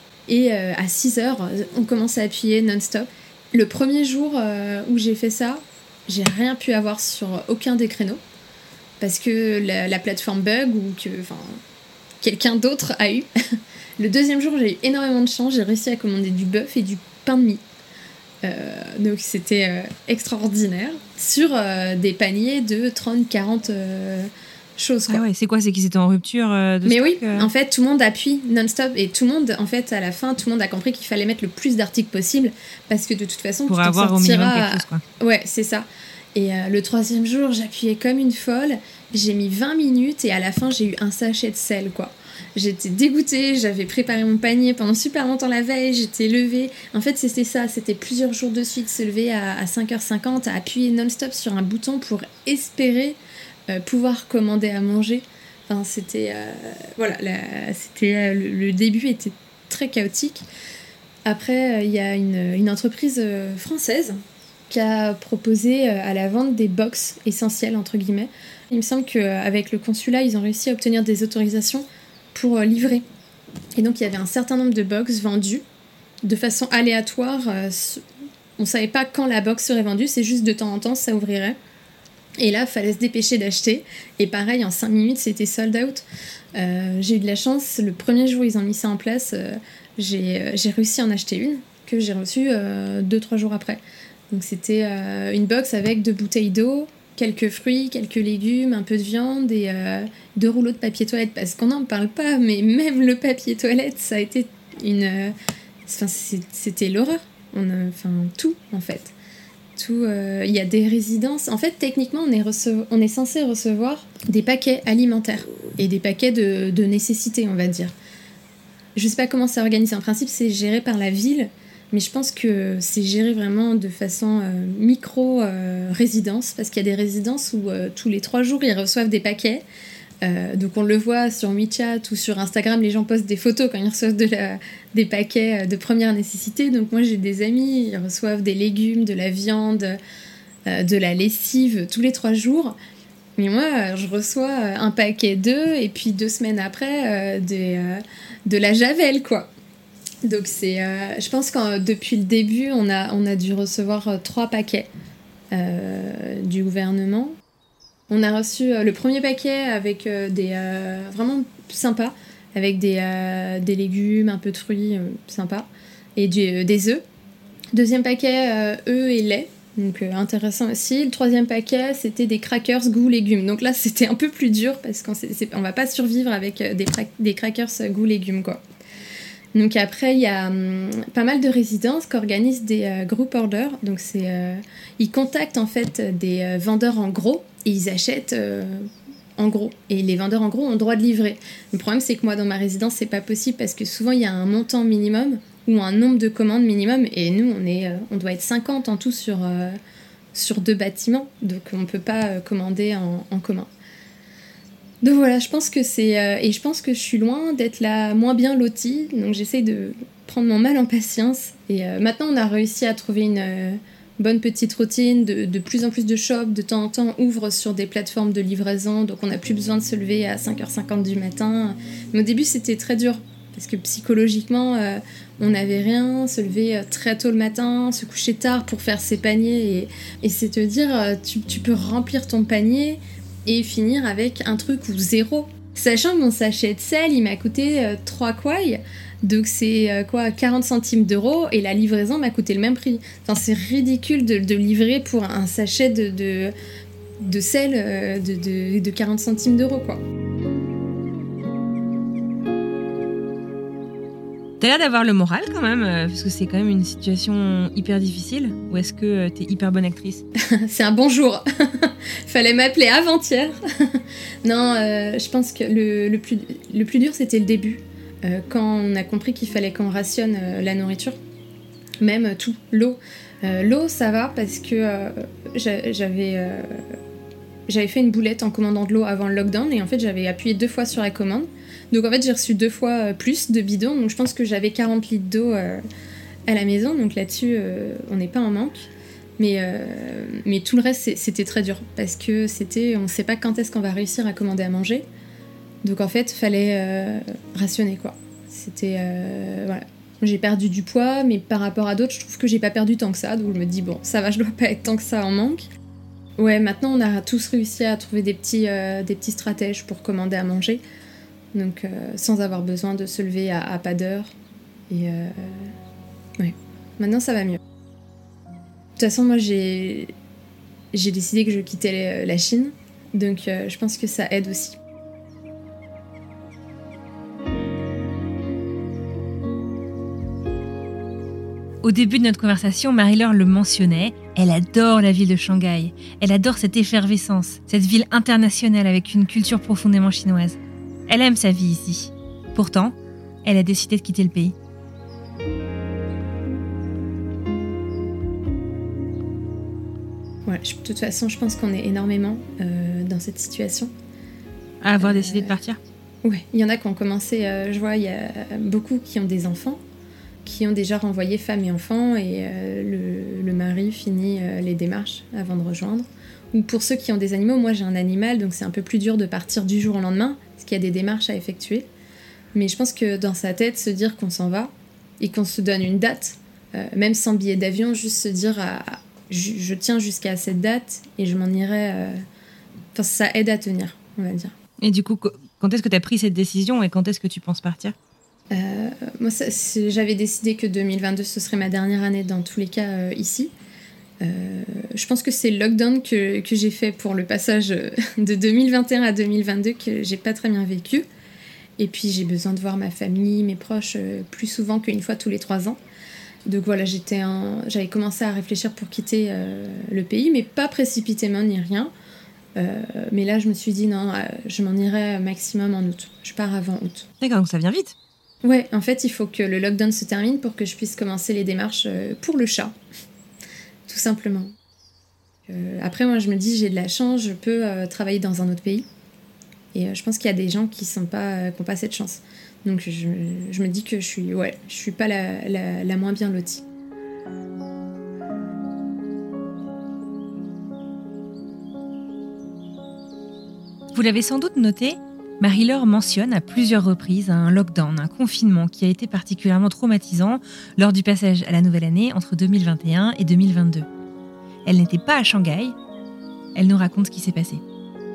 Et euh, à six heures, on commence à appuyer non-stop. Le premier jour euh, où j'ai fait ça, j'ai rien pu avoir sur aucun des créneaux. Parce que la, la plateforme bug ou que enfin, quelqu'un d'autre a eu. Le deuxième jour, j'ai eu énormément de chance. J'ai réussi à commander du bœuf et du pain de mie. Euh, donc c'était euh, extraordinaire. Sur euh, des paniers de trente quarante euh, choses. Quoi. Ah ouais, c'est quoi? C'est qu'ils étaient en rupture euh, de Mais stock, oui, euh... en fait, tout le monde appuie non-stop. Et tout le monde, en fait, à la fin, tout le monde a compris qu'il fallait mettre le plus d'articles possible. Parce que de toute façon, pour tu t'en avoir sortiras... au minimum quelque chose, quoi. Ouais, c'est ça. Et euh, le troisième jour, j'appuyais comme une folle. J'ai mis vingt minutes et à la fin, j'ai eu un sachet de sel, quoi. J'étais dégoûtée, j'avais préparé mon panier pendant super longtemps la veille, j'étais levée. En fait, c'était ça, c'était plusieurs jours de suite, se lever à, à cinq heures cinquante, à appuyer non-stop sur un bouton pour espérer euh, pouvoir commander à manger. Enfin, c'était... Euh, voilà, la, c'était, euh, le, le début était très chaotique. Après, il euh, y a une, une entreprise euh, française qui a proposé euh, à la vente des box essentielles, entre guillemets. Il me semble qu'avec le consulat, ils ont réussi à obtenir des autorisations pour euh, livrer. Et donc, il y avait un certain nombre de box vendues de façon aléatoire. Euh, on ne savait pas quand la box serait vendue, c'est juste de temps en temps, ça ouvrirait. Et là, il fallait se dépêcher d'acheter. Et pareil, en cinq minutes, c'était sold out. Euh, j'ai eu de la chance. Le premier jour où ils ont mis ça en place, euh, j'ai, euh, j'ai réussi à en acheter une que j'ai reçue euh, deux trois jours après. Donc, c'était euh, une box avec deux bouteilles d'eau, quelques fruits, quelques légumes, un peu de viande et euh, deux rouleaux de papier toilette. Parce qu'on n'en parle pas, mais même le papier toilette, ça a été une... Euh, enfin, c'était l'horreur. On a, enfin, tout, en fait. Tout. Il euh, y a des résidences... En fait, techniquement, on est, rece... on est censé recevoir des paquets alimentaires et des paquets de, de nécessité, on va dire. Je sais pas comment c'est organisé. En principe, c'est géré par la ville, mais je pense que c'est géré vraiment de façon euh, micro-résidence, euh, parce qu'il y a des résidences où euh, tous les trois jours, ils reçoivent des paquets. Euh, donc on le voit sur WeChat ou sur Instagram, les gens postent des photos quand ils reçoivent de la, des paquets de première nécessité. Donc moi, j'ai des amis, ils reçoivent des légumes, de la viande, euh, de la lessive tous les trois jours. Mais moi, je reçois un paquet d'œufs et puis deux semaines après, euh, des, euh, de la javel, quoi. Donc c'est, euh, je pense que depuis le début, on a, on a dû recevoir euh, trois paquets euh, du gouvernement. On a reçu euh, le premier paquet avec euh, des euh, vraiment sympa, avec des, euh, des légumes, un peu de fruits, euh, sympa, et du, euh, des œufs. Deuxième paquet, euh, œufs et lait, donc euh, intéressant aussi. Le troisième paquet, c'était des crackers goût légumes. Donc là, c'était un peu plus dur parce qu'on c'est, c'est, on va pas survivre avec des, des crackers goût légumes, quoi. Donc après, il y a hum, pas mal de résidences qui organisent des euh, group orders. Donc c'est, euh, ils contactent en fait des euh, vendeurs en gros et ils achètent euh, en gros. Et les vendeurs en gros ont le droit de livrer. Le problème, c'est que moi, dans ma résidence, c'est pas possible parce que souvent, il y a un montant minimum ou un nombre de commandes minimum. Et nous, on, est, euh, on doit être cinquante en tout sur, euh, sur deux bâtiments. Donc on ne peut pas euh, commander en, en commun. Donc voilà, je pense que c'est... Euh, et je pense que je suis loin d'être la moins bien lotie. Donc j'essaie de prendre mon mal en patience. Et euh, maintenant, on a réussi à trouver une euh, bonne petite routine. De, de plus en plus de shops, de temps en temps, ouvrent sur des plateformes de livraison. Donc on n'a plus besoin de se lever à cinq heures cinquante du matin. Mais au début, c'était très dur. Parce que psychologiquement, euh, on n'avait rien. Se lever euh, très tôt le matin, se coucher tard pour faire ses paniers. Et, et c'est te dire, euh, tu, tu peux remplir ton panier... et finir avec un truc ou zéro. Sachant que mon sachet de sel, il m'a coûté euh, trois kouai, donc c'est euh, quoi, quarante centimes d'euros, et la livraison m'a coûté le même prix. Enfin, c'est ridicule de, de livrer pour un sachet de, de, de sel euh, de, de, de quarante centimes d'euros, quoi. T'as l'air d'avoir le moral quand même, parce que c'est quand même une situation hyper difficile. Ou est-ce que t'es hyper bonne actrice? C'est un bon jour. Fallait m'appeler avant-hier. Non, euh, je pense que le, le, plus, le plus dur, c'était le début. euh, quand on a compris qu'il fallait qu'on rationne euh, la nourriture, même euh, tout, l'eau. Euh, l'eau, ça va parce que euh, j'avais, euh, j'avais fait une boulette en commandant de l'eau avant le lockdown et en fait j'avais appuyé deux fois sur la commande. Donc en fait j'ai reçu deux fois euh, plus de bidons, donc je pense que j'avais quarante litres d'eau euh, à la maison, donc là-dessus euh, on n'est pas en manque. Mais, euh, mais tout le reste c'était très dur parce que c'était, on ne sait pas quand est-ce qu'on va réussir à commander à manger. Donc en fait, il fallait euh, rationner, quoi. C'était... Euh, voilà. J'ai perdu du poids, mais par rapport à d'autres, je trouve que j'ai pas perdu tant que ça. Donc je me dis, bon, ça va, je dois pas être tant que ça en manque. Ouais, maintenant, on a tous réussi à trouver des petits, euh, des petits stratèges pour commander à manger. Donc, euh, sans avoir besoin de se lever à, à pas d'heure. Et euh, ouais, maintenant, ça va mieux. De toute façon, moi, j'ai, j'ai décidé que je quittais la Chine. Donc, euh, je pense que ça aide aussi. Au début de notre conversation, Marie-Laure le mentionnait, elle adore la ville de Shanghai. Elle adore cette effervescence, cette ville internationale avec une culture profondément chinoise. Elle aime sa vie ici. Pourtant, elle a décidé de quitter le pays. Ouais, je, de toute façon, je pense qu'on est énormément euh, dans cette situation. À avoir euh, décidé de partir ? Ouais, il y en a qui ont commencé, euh, je vois, il y a beaucoup qui ont des enfants, qui ont déjà renvoyé femmes et enfants et euh, le, le mari finit euh, les démarches avant de rejoindre. Ou pour ceux qui ont des animaux, moi j'ai un animal, donc c'est un peu plus dur de partir du jour au lendemain, parce qu'il y a des démarches à effectuer. Mais je pense que dans sa tête, se dire qu'on s'en va et qu'on se donne une date, euh, même sans billet d'avion, juste se dire à, je, je tiens jusqu'à cette date et je m'en irai... Euh... Enfin, ça aide à tenir, on va dire. Et du coup, quand est-ce que tu as pris cette décision et quand est-ce que tu penses partir ? Euh, moi, ça, j'avais décidé que deux mille vingt-deux, ce serait ma dernière année dans tous les cas euh, ici. Euh, je pense que c'est le lockdown que, que j'ai fait pour le passage de deux mille vingt et un à deux mille vingt-deux que j'ai pas très bien vécu. Et puis j'ai besoin de voir ma famille, mes proches, euh, plus souvent qu'une fois tous les trois ans. Donc voilà, j'étais un... j'avais commencé à réfléchir pour quitter euh, le pays, mais pas précipitamment ni rien. Euh, mais là, je me suis dit non, euh, je m'en irai maximum en août. Je pars avant août. D'accord, donc ça vient vite. Ouais, en fait, il faut que le lockdown se termine pour que je puisse commencer les démarches pour le chat, tout simplement. Euh, après, moi, je me dis, j'ai de la chance, je peux euh, travailler dans un autre pays. Et euh, je pense qu'il y a des gens qui sont pas, euh, qui n'ont pas cette chance. Donc, je, je me dis que je suis, ouais, je suis pas la, la, la moins bien lotie. Vous l'avez sans doute noté, Marie-Laure mentionne à plusieurs reprises un lockdown, un confinement qui a été particulièrement traumatisant lors du passage à la nouvelle année entre deux mille vingt et un et deux mille vingt-deux. Elle n'était pas à Shanghai. Elle nous raconte ce qui s'est passé.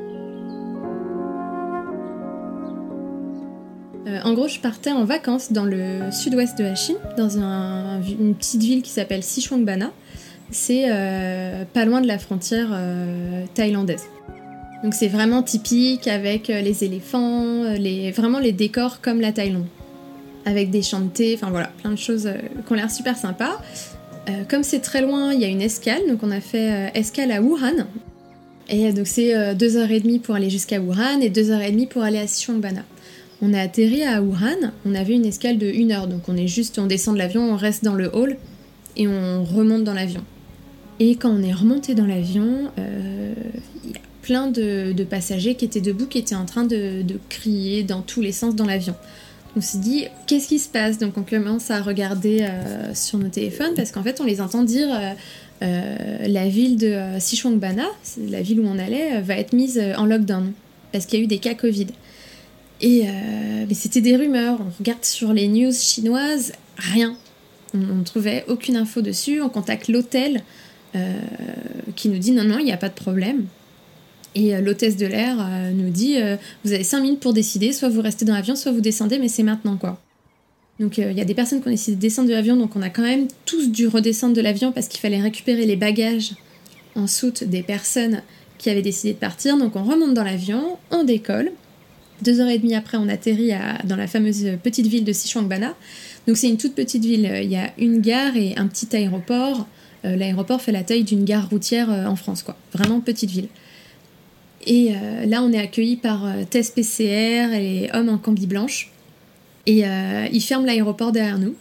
Euh, en gros, je partais en vacances dans le sud-ouest de la Chine, dans un, une petite ville qui s'appelle Xishuangbanna. C'est euh, pas loin de la frontière euh, thaïlandaise. Donc c'est vraiment typique avec les éléphants, les, vraiment les décors comme la Thaïlande. Avec des champs de thé, enfin voilà, plein de choses qui ont l'air super sympas. Euh, comme c'est très loin, il y a une escale, donc on a fait euh, escale à Wuhan. Et donc c'est euh, deux heures et demie pour aller jusqu'à Wuhan et deux heures et demie pour aller à Xishuangbanna. On a atterri à Wuhan, on avait une escale de une heure, donc on est juste, on descend de l'avion, on reste dans le hall et on remonte dans l'avion. Et quand on est remonté dans l'avion, euh, il y a plein de, de passagers qui étaient debout, qui étaient en train de, de crier dans tous les sens dans l'avion. On s'est dit, qu'est-ce qui se passe ? Donc on commence à regarder euh, sur nos téléphones, parce qu'en fait on les entend dire euh, euh, la ville de euh, Xishuangbanna, la ville où on allait, euh, va être mise en lockdown, parce qu'il y a eu des cas Covid. Et euh, mais c'était des rumeurs, on regarde sur les news chinoises, rien. On ne trouvait aucune info dessus, on contacte l'hôtel euh, qui nous dit non, non, il n'y a pas de problème. Et euh, l'hôtesse de l'air euh, nous dit euh, vous avez cinq minutes pour décider, soit vous restez dans l'avion, soit vous descendez, mais c'est maintenant quoi. Donc il euh, y a des personnes qui ont décidé de descendre de l'avion, donc on a quand même tous dû redescendre de l'avion parce qu'il fallait récupérer les bagages en soute des personnes qui avaient décidé de partir. Donc on remonte dans l'avion, on décolle. Deux heures et demie après, on atterrit à, dans la fameuse petite ville de Xishuangbanna. Donc c'est une toute petite ville, il y a une gare et un petit aéroport. Euh, l'aéroport fait la taille d'une gare routière euh, en France, quoi. Vraiment petite ville. Et euh, là, on est accueillis par euh, test P C R et hommes en combi blanche. Et euh, ils ferment l'aéroport derrière nous.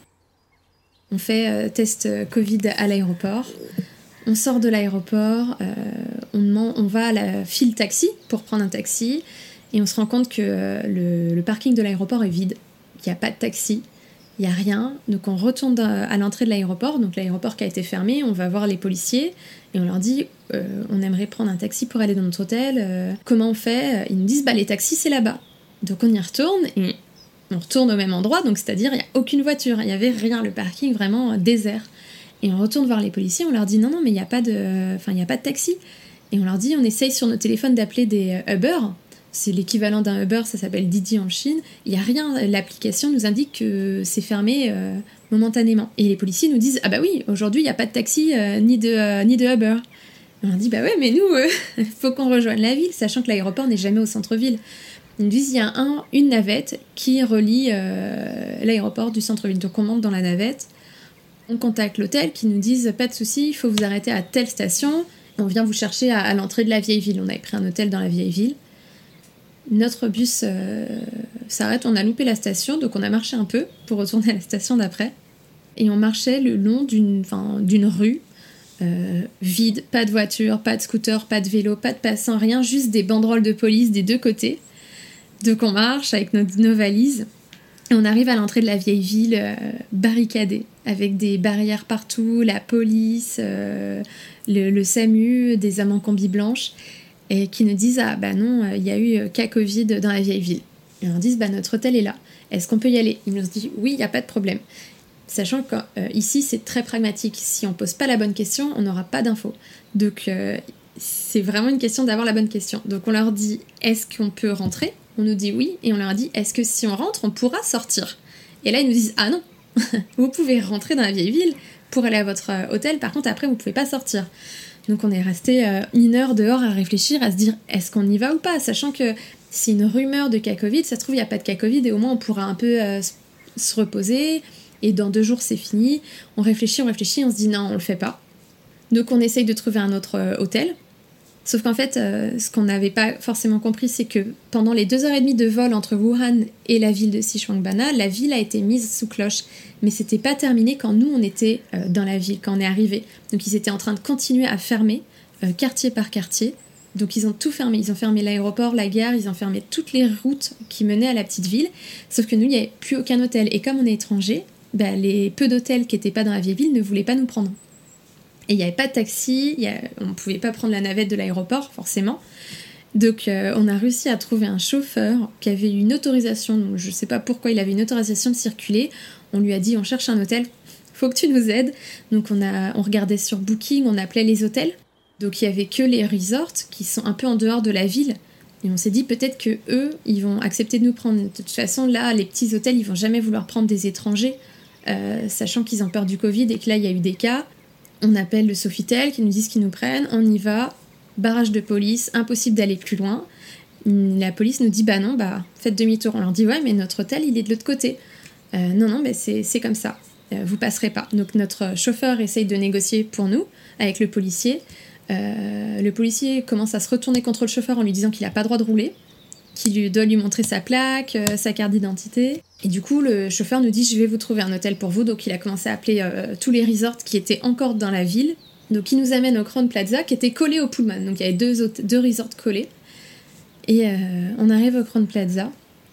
On fait euh, test Covid à l'aéroport. On sort de l'aéroport, euh, on, demande, on va à la file taxi pour prendre un taxi. Et on se rend compte que euh, le, le parking de l'aéroport est vide. Il n'y a pas de taxi. Il n'y a rien. Donc on retourne à l'entrée de l'aéroport. Donc l'aéroport qui a été fermé, on va voir les policiers. Et on leur dit, euh, on aimerait prendre un taxi pour aller dans notre hôtel. Euh, comment on fait? Ils nous disent, bah les taxis c'est là-bas. Donc on y retourne et on retourne au même endroit. Donc c'est-à-dire, il n'y a aucune voiture. Il n'y avait rien. Le parking vraiment euh, désert. Et on retourne voir les policiers. On leur dit, non, non, mais il n'y a pas de, enfin, il n'y a pas de taxi. Et on leur dit, on essaye sur nos téléphones d'appeler des euh, Uber. C'est l'équivalent d'un Uber, ça s'appelle Didi en Chine. Il n'y a rien, l'application nous indique que c'est fermé euh, momentanément. Et les policiers nous disent, ah bah oui, aujourd'hui il n'y a pas de taxi euh, ni, de, euh, ni de Uber. Et on leur dit, bah ouais, mais nous, il euh, faut qu'on rejoigne la ville, sachant que l'aéroport n'est jamais au centre-ville. Ils nous disent, il y a un, une navette qui relie euh, l'aéroport du centre-ville. Donc on monte dans la navette, on contacte l'hôtel qui nous disent, pas de souci, il faut vous arrêter à telle station. On vient vous chercher à, à l'entrée de la vieille ville. On avait pris un hôtel dans la vieille ville. Notre bus euh, s'arrête, on a loupé la station, donc on a marché un peu pour retourner à la station d'après. Et on marchait le long d'une, enfin, d'une rue euh, vide, pas de voiture, pas de scooter, pas de vélo, pas de passants, rien, juste des banderoles de police des deux côtés. Donc on marche avec nos, nos valises et on arrive à l'entrée de la vieille ville euh, barricadée, avec des barrières partout, la police, euh, le, le SAMU, des hommes en combi blanche. Et qui nous disent, ah bah non, il y a eu cas Covid dans la vieille ville. Et on leur dit, bah notre hôtel est là, est-ce qu'on peut y aller? Ils nous disent, oui, il n'y a pas de problème. Sachant qu'ici, euh, c'est très pragmatique. Si on ne pose pas la bonne question, on n'aura pas d'infos. Donc, euh, c'est vraiment une question d'avoir la bonne question. Donc, on leur dit, est-ce qu'on peut rentrer? On nous dit oui. Et on leur dit, est-ce que si on rentre, on pourra sortir? Et là, ils nous disent, ah non, vous pouvez rentrer dans la vieille ville pour aller à votre hôtel. Par contre, après, vous ne pouvez pas sortir. Donc on est resté euh, une heure dehors à réfléchir, à se dire est-ce qu'on y va ou pas, sachant que c'est une rumeur de cas Covid, ça se trouve il n'y a pas de cas Covid et au moins on pourra un peu euh, se reposer et dans deux jours c'est fini. On réfléchit, on réfléchit, on se dit non on le fait pas. Donc on essaye de trouver un autre euh, hôtel. Sauf qu'en fait, euh, ce qu'on n'avait pas forcément compris, c'est que pendant les deux heures et demie de vol entre Wuhan et la ville de Xishuangbanna, la ville a été mise sous cloche. Mais c'était pas terminé quand nous, on était euh, dans la ville, quand on est arrivé. Donc ils étaient en train de continuer à fermer, euh, quartier par quartier. Donc ils ont tout fermé. Ils ont fermé l'aéroport, la gare, ils ont fermé toutes les routes qui menaient à la petite ville. Sauf que nous, il n'y avait plus aucun hôtel. Et comme on est étrangers, bah, les peu d'hôtels qui n'étaient pas dans la vieille ville ne voulaient pas nous prendre. Et il n'y avait pas de taxi, y a... on ne pouvait pas prendre la navette de l'aéroport, forcément. Donc euh, on a réussi à trouver un chauffeur qui avait une autorisation, donc je ne sais pas pourquoi il avait une autorisation de circuler. On lui a dit, on cherche un hôtel, faut que tu nous aides. Donc on, a... on regardait sur Booking, on appelait les hôtels. Donc il n'y avait que les resorts qui sont un peu en dehors de la ville. Et on s'est dit peut-être que eux, ils vont accepter de nous prendre. De toute façon, là, les petits hôtels, ils vont jamais vouloir prendre des étrangers, euh, sachant qu'ils ont peur du Covid et que là, il y a eu des cas. On appelle le Sofitel qui nous disent qu'ils nous prennent, on y va, barrage de police, impossible d'aller plus loin. La police nous dit bah non, bah faites demi-tour. On leur dit ouais mais notre hôtel il est de l'autre côté. Euh, non non mais c'est, c'est comme ça, euh, vous passerez pas. Donc notre chauffeur essaye de négocier pour nous avec le policier. Euh, le policier commence à se retourner contre le chauffeur en lui disant qu'il n'a pas le droit de rouler, qu'il lui doit lui montrer sa plaque, euh, sa carte d'identité. Et du coup, le chauffeur nous dit « Je vais vous trouver un hôtel pour vous ». Donc il a commencé à appeler euh, tous les resorts qui étaient encore dans la ville. Donc il nous amène au Crowne Plaza qui était collé au Pullman. Donc il y avait deux, hôte- deux resorts collés. Et euh, on arrive au Crowne Plaza.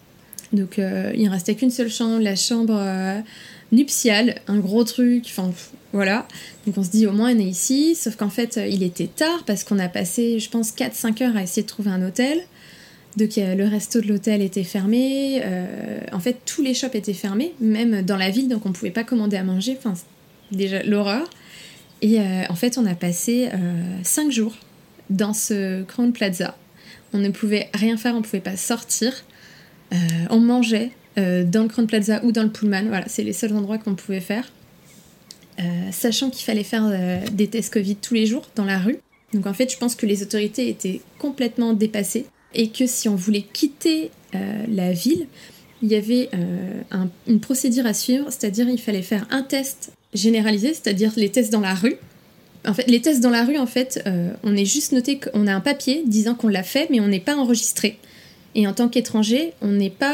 Donc euh, il ne restait qu'une seule chambre, la chambre euh, nuptiale, un gros truc, enfin voilà. Donc on se dit au moins on est ici. Sauf qu'en fait, il était tard parce qu'on a passé, je pense, quatre cinq heures à essayer de trouver un hôtel. Donc euh, le resto de l'hôtel était fermé, euh, en fait tous les shops étaient fermés, même dans la ville, donc on pouvait pas commander à manger, enfin déjà l'horreur. Et euh, en fait on a passé euh, cinq jours dans ce Crowne Plaza. On ne pouvait rien faire, on pouvait pas sortir, euh, on mangeait euh, dans le Crowne Plaza ou dans le Pullman, voilà, c'est les seuls endroits qu'on pouvait faire. Euh, sachant qu'il fallait faire euh, des tests Covid tous les jours dans la rue. Donc en fait je pense que les autorités étaient complètement dépassées. Et que si on voulait quitter euh, la ville, il y avait euh, un, une procédure à suivre, c'est-à-dire il fallait faire un test généralisé, c'est-à-dire les tests dans la rue. En fait, les tests dans la rue, en fait, euh, on est juste noté qu'on a un papier disant qu'on l'a fait, mais on n'est pas enregistré. Et en tant qu'étranger, on n'est pas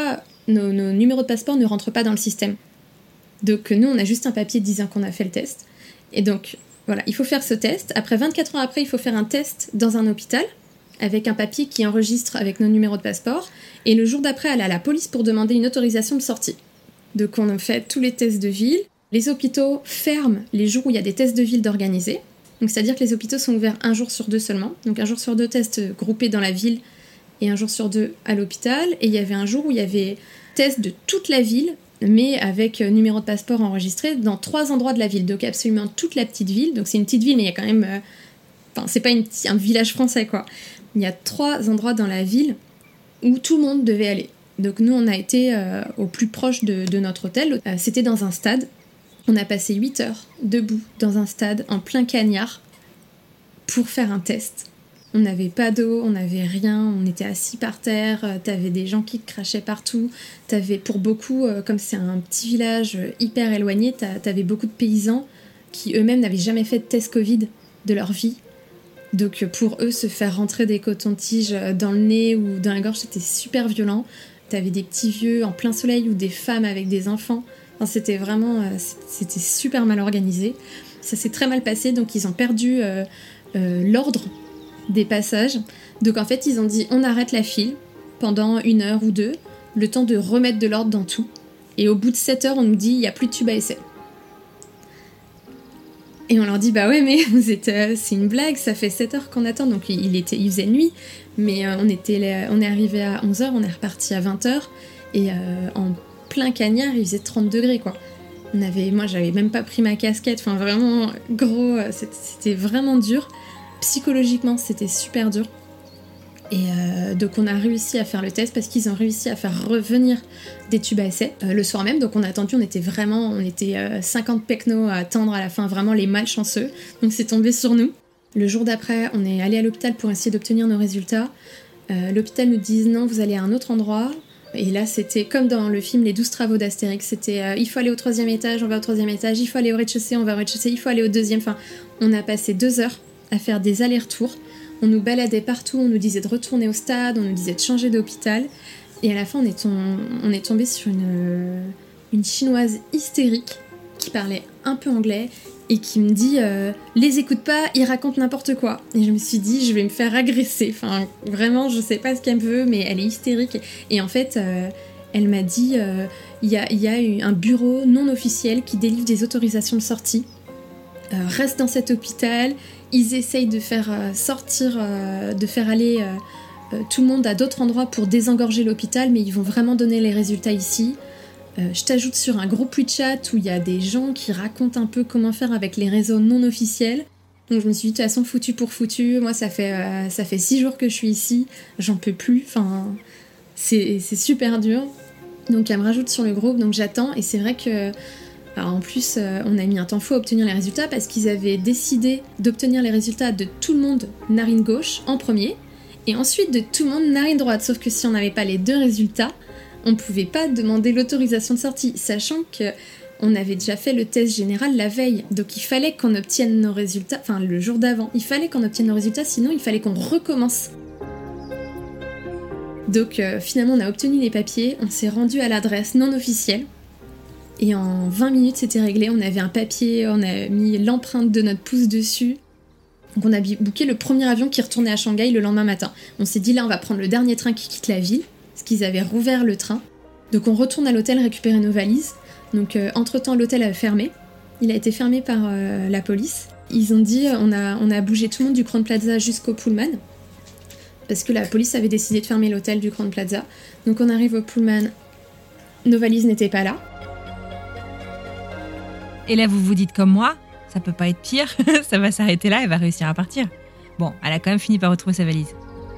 nos, nos numéros de passeport ne rentrent pas dans le système. Donc nous, on a juste un papier disant qu'on a fait le test. Et donc, voilà, il faut faire ce test. Après, vingt-quatre heures après, il faut faire un test dans un hôpital avec un papier qui enregistre avec nos numéros de passeport. Et le jour d'après, aller à la police pour demander une autorisation de sortie. Donc on a fait tous les tests de ville. Les hôpitaux ferment les jours où il y a des tests de ville d'organiser. Donc c'est-à-dire que les hôpitaux sont ouverts un jour sur deux seulement. Donc un jour sur deux tests groupés dans la ville et un jour sur deux à l'hôpital. Et il y avait un jour où il y avait tests de toute la ville, mais avec numéro de passeport enregistré dans trois endroits de la ville. Donc absolument toute la petite ville. Donc c'est une petite ville, mais il y a quand même... Euh... Enfin, c'est pas une, un village français, quoi. Il y a trois endroits dans la ville où tout le monde devait aller. Donc nous, on a été euh, au plus proche de, de notre hôtel. Euh, c'était dans un stade. On a passé huit heures debout dans un stade en plein cagnard pour faire un test. On n'avait pas d'eau, on n'avait rien, on était assis par terre, euh, t'avais des gens qui te crachaient partout. T'avais pour beaucoup, euh, comme c'est un petit village euh, hyper éloigné, t'avais beaucoup de paysans qui eux-mêmes n'avaient jamais fait de test Covid de leur vie. Donc pour eux, se faire rentrer des cotons-tiges dans le nez ou dans la gorge, c'était super violent. T'avais des petits vieux en plein soleil ou des femmes avec des enfants. Enfin, c'était vraiment... Euh, c'était super mal organisé. Ça s'est très mal passé, donc ils ont perdu euh, euh, l'ordre des passages. Donc en fait, ils ont dit on arrête la file pendant une heure ou deux, le temps de remettre de l'ordre dans tout. Et au bout de sept heures, on nous dit il n'y a plus de tube à essai. Et on leur dit bah ouais mais vous êtes, euh, c'est une blague, ça fait sept heures qu'on attend. Donc il, était, il faisait nuit, mais euh, on, était, on est arrivé à onze heures, on est reparti à vingt heures. Et euh, en plein cagnard, il faisait trente degrés quoi. On avait, moi j'avais même pas pris ma casquette, enfin vraiment gros, c'était, c'était vraiment dur. Psychologiquement c'était super dur. Et euh, donc on a réussi à faire le test parce qu'ils ont réussi à faire revenir des tubes à essai euh, le soir même. Donc on a attendu, on était vraiment, on était euh, cinquante pecnos à attendre à la fin, vraiment les malchanceux. Donc c'est tombé sur nous. Le jour d'après, on est allé à l'hôpital pour essayer d'obtenir nos résultats. Euh, l'hôpital nous dit non, vous allez à un autre endroit. Et là c'était comme dans le film Les douze travaux d'Astérix, c'était euh, il faut aller au troisième étage, on va au troisième étage, il faut aller au rez-de-chaussée, on va au rez-de-chaussée, il faut aller au deuxième. Enfin, on a passé deux heures à faire des allers-retours. On nous baladait partout, on nous disait de retourner au stade, on nous disait de changer d'hôpital. Et à la fin, on est, tom- on est tombé sur une, une chinoise hystérique qui parlait un peu anglais et qui me dit euh, « Les écoute pas, ils racontent n'importe quoi ». Et je me suis dit « Je vais me faire agresser ». Enfin, vraiment, je sais pas ce qu'elle veut, mais elle est hystérique. Et en fait, euh, elle m'a dit euh, « Il y a, y a un bureau non officiel qui délivre des autorisations de sortie. Euh, reste dans cet hôpital ». Ils essayent de faire euh, sortir, euh, de faire aller euh, euh, tout le monde à d'autres endroits pour désengorger l'hôpital, mais ils vont vraiment donner les résultats ici. Euh, je t'ajoute sur un groupe WeChat où il y a des gens qui racontent un peu comment faire avec les réseaux non officiels. Donc je me suis dit, de toute façon, foutu pour foutu. Moi, ça fait, euh, ça fait six jours que je suis ici. J'en peux plus. Enfin, c'est, c'est super dur. Donc elle me rajoute sur le groupe, donc j'attends. Et c'est vrai que... Alors en plus, euh, on a mis un temps fou à obtenir les résultats parce qu'ils avaient décidé d'obtenir les résultats de tout le monde narine gauche en premier et ensuite de tout le monde narine droite. Sauf que si on n'avait pas les deux résultats, on ne pouvait pas demander l'autorisation de sortie, sachant qu'on avait déjà fait le test général la veille. Donc il fallait qu'on obtienne nos résultats, enfin le jour d'avant, il fallait qu'on obtienne nos résultats, sinon il fallait qu'on recommence. Donc euh, finalement on a obtenu les papiers, on s'est rendu à l'adresse non officielle. Et en vingt minutes, c'était réglé. On avait un papier, on a mis l'empreinte de notre pouce dessus. Donc on a booké le premier avion qui retournait à Shanghai le lendemain matin. On s'est dit là, on va prendre le dernier train qui quitte la ville, parce qu'ils avaient rouvert le train. Donc on retourne à l'hôtel récupérer nos valises. Donc euh, entre-temps, l'hôtel a fermé. Il a été fermé par euh, la police. Ils ont dit, on a, on a bougé tout le monde du Crowne Plaza jusqu'au Pullman, parce que la police avait décidé de fermer l'hôtel du Crowne Plaza. Donc on arrive au Pullman, nos valises n'étaient pas là. Et là, vous vous dites comme moi, ça peut pas être pire, ça va s'arrêter là, elle va réussir à partir. Bon, elle a quand même fini par retrouver sa valise.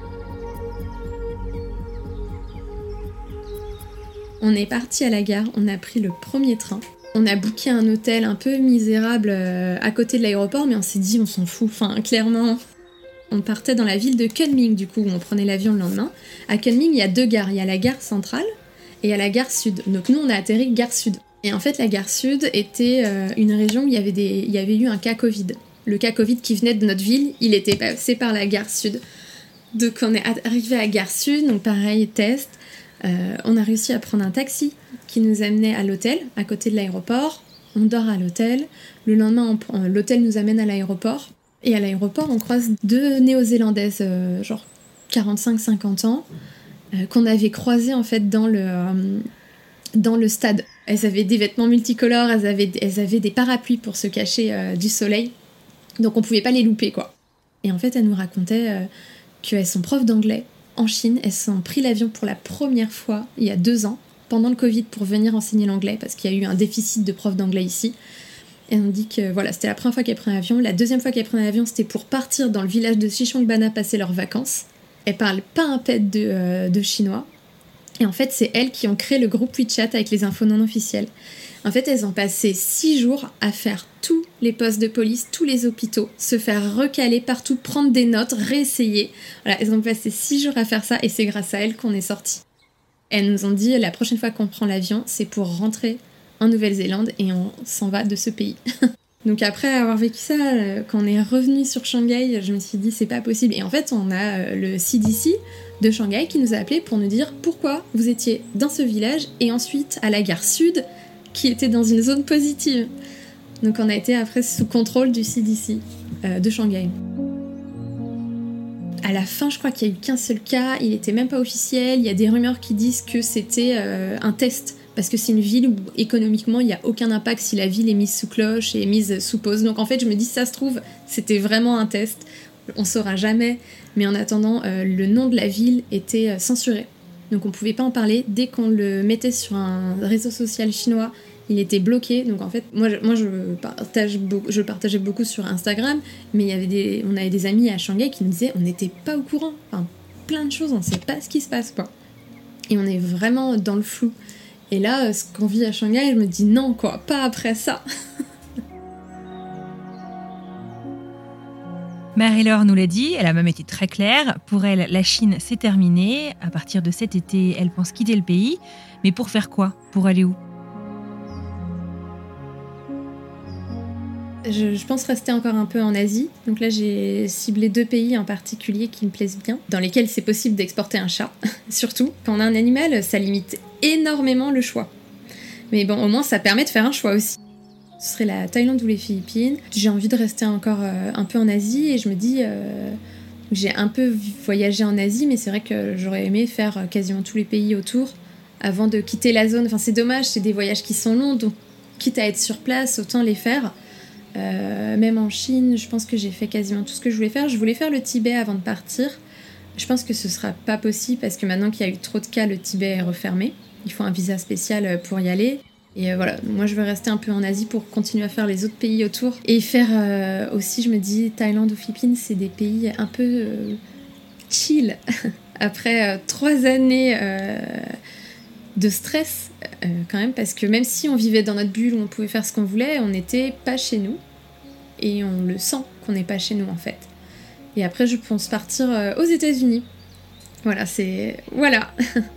On est parti à la gare, on a pris le premier train. On a booké un hôtel un peu misérable euh, à côté de l'aéroport, mais on s'est dit, on s'en fout. Enfin, clairement, on partait dans la ville de Kunming, du coup, où on prenait l'avion le lendemain. À Kunming, il y a deux gares. Il y a la gare centrale et il y a la gare sud. Donc nous, on a atterri gare sud. Et en fait, la gare sud était euh, une région où il y avait des, il y avait eu un cas Covid. Le cas Covid qui venait de notre ville, il était passé par la gare sud. Donc on est arrivé à gare sud, donc pareil, test. Euh, on a réussi à prendre un taxi qui nous amenait à l'hôtel, à côté de l'aéroport. On dort à l'hôtel. Le lendemain, on prend... l'hôtel nous amène à l'aéroport. Et à l'aéroport, on croise deux néo-zélandaises, euh, genre quarante-cinq cinquante ans, euh, qu'on avait croisées en fait dans le, euh, dans le stade. Elles avaient des vêtements multicolores, elles avaient, elles avaient des parapluies pour se cacher euh, du soleil. Donc on pouvait pas les louper, quoi. Et en fait, elles nous racontaient euh, qu'elles sont profs d'anglais en Chine. Elles ont pris l'avion pour la première fois il y a deux ans, pendant le Covid, pour venir enseigner l'anglais, parce qu'il y a eu un déficit de profs d'anglais ici. Et on dit que voilà, c'était la première fois qu'elles prenaient l'avion. La deuxième fois qu'elles prenaient l'avion, c'était pour partir dans le village de Xishuangbanna passer leurs vacances. Elles parlent pas un pet de, euh, de chinois. Et en fait, c'est elles qui ont créé le groupe WeChat avec les infos non officielles. En fait, elles ont passé six jours à faire tous les postes de police, tous les hôpitaux, se faire recaler partout, prendre des notes, réessayer. Voilà, elles ont passé six jours à faire ça et c'est grâce à elles qu'on est sortis. Elles nous ont dit, la prochaine fois qu'on prend l'avion, c'est pour rentrer en Nouvelle-Zélande et on s'en va de ce pays. Donc après avoir vécu ça, euh, quand on est revenu sur Shanghai, je me suis dit c'est pas possible. Et en fait, on a euh, le C D C de Shanghai qui nous a appelé pour nous dire pourquoi vous étiez dans ce village et ensuite à la gare sud qui était dans une zone positive. Donc on a été après sous contrôle du C D C euh, de Shanghai. À la fin, je crois qu'il n'y a eu qu'un seul cas, il était même pas officiel. Il y a des rumeurs qui disent que c'était euh, un test. Parce que c'est une ville où économiquement il n'y a aucun impact si la ville est mise sous cloche et mise sous pause. Donc en fait je me dis si ça se trouve c'était vraiment un test, on saura jamais. Mais en attendant euh, le nom de la ville était euh, censuré. Donc on pouvait pas en parler. Dès qu'on le mettait sur un réseau social chinois, il était bloqué. Donc en fait moi je, moi, je, partage beaucoup, je partageais beaucoup sur Instagram. Mais il y avait des, on avait des amis à Shanghai qui nous disaient on n'était pas au courant. Enfin plein de choses, on ne sait pas ce qui se passe quoi. Et on est vraiment dans le flou. Et là, ce qu'on vit à Shanghai, je me dis non, quoi, pas après ça. Marie-Laure nous l'a dit, elle a même été très claire. Pour elle, la Chine, c'est terminé. À partir de cet été, elle pense quitter le pays. Mais pour faire quoi ? Pour aller où ? Je, je pense rester encore un peu en Asie. Donc là, j'ai ciblé deux pays en particulier qui me plaisent bien, dans lesquels c'est possible d'exporter un chat. Surtout, quand on a un animal, ça limite énormément le choix. Mais bon, au moins, ça permet de faire un choix aussi. Ce serait la Thaïlande ou les Philippines. J'ai envie de rester encore euh, un peu en Asie et je me dis... Euh, j'ai un peu voyagé en Asie, mais c'est vrai que j'aurais aimé faire quasiment tous les pays autour avant de quitter la zone. Enfin, c'est dommage, c'est des voyages qui sont longs, donc quitte à être sur place, autant les faire. Euh, même en Chine, je pense que j'ai fait quasiment tout ce que je voulais faire. Je voulais faire le Tibet avant de partir. Je pense que ce sera pas possible parce que maintenant qu'il y a eu trop de cas, le Tibet est refermé. Il faut un visa spécial pour y aller. Et euh, voilà, moi je veux rester un peu en Asie pour continuer à faire les autres pays autour. Et faire euh, aussi, je me dis, Thaïlande ou Philippines, c'est des pays un peu euh, chill. Après euh, trois années euh, de stress, euh, quand même, parce que même si on vivait dans notre bulle où on pouvait faire ce qu'on voulait, on n'était pas chez nous. Et on le sent qu'on n'est pas chez nous en fait. Et après, je pense partir euh, aux États-Unis. Voilà, c'est... Voilà.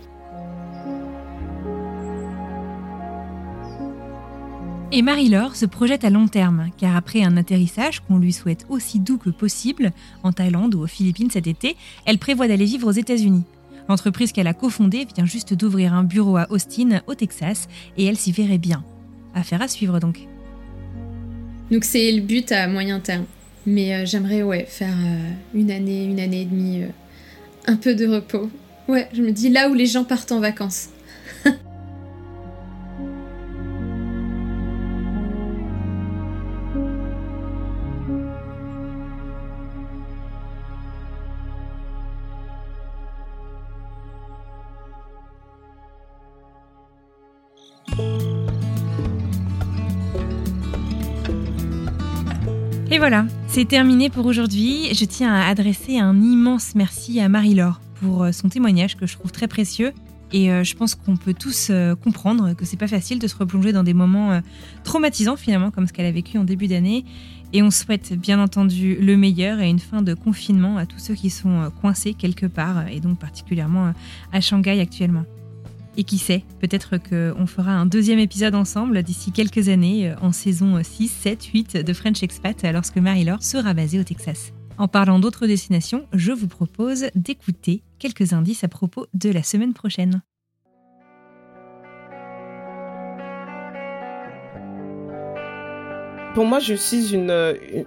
Et Marie-Laure se projette à long terme, car après un atterrissage qu'on lui souhaite aussi doux que possible, en Thaïlande ou aux Philippines cet été, elle prévoit d'aller vivre aux États-Unis. L'entreprise qu'elle a cofondée vient juste d'ouvrir un bureau à Austin, au Texas, et elle s'y verrait bien. Affaire à suivre donc. Donc c'est le but à moyen terme. Mais euh, j'aimerais ouais, faire euh, une année, une année et demie, euh, un peu de repos. Ouais, je me dis là où les gens partent en vacances. Et voilà, c'est terminé pour aujourd'hui. Je tiens à adresser un immense merci à Marie-Laure pour son témoignage que je trouve très précieux. Et je pense qu'on peut tous comprendre que c'est pas facile de se replonger dans des moments traumatisants finalement, comme ce qu'elle a vécu en début d'année. Et on souhaite bien entendu le meilleur et une fin de confinement à tous ceux qui sont coincés quelque part, et donc particulièrement à Shanghai actuellement. Et qui sait, peut-être qu'on fera un deuxième épisode ensemble d'ici quelques années, en saison six, sept, huit de French Expat, lorsque Marie-Laure sera basée au Texas. En parlant d'autres destinations, je vous propose d'écouter quelques indices à propos de la semaine prochaine. pour moi, je suis une, une,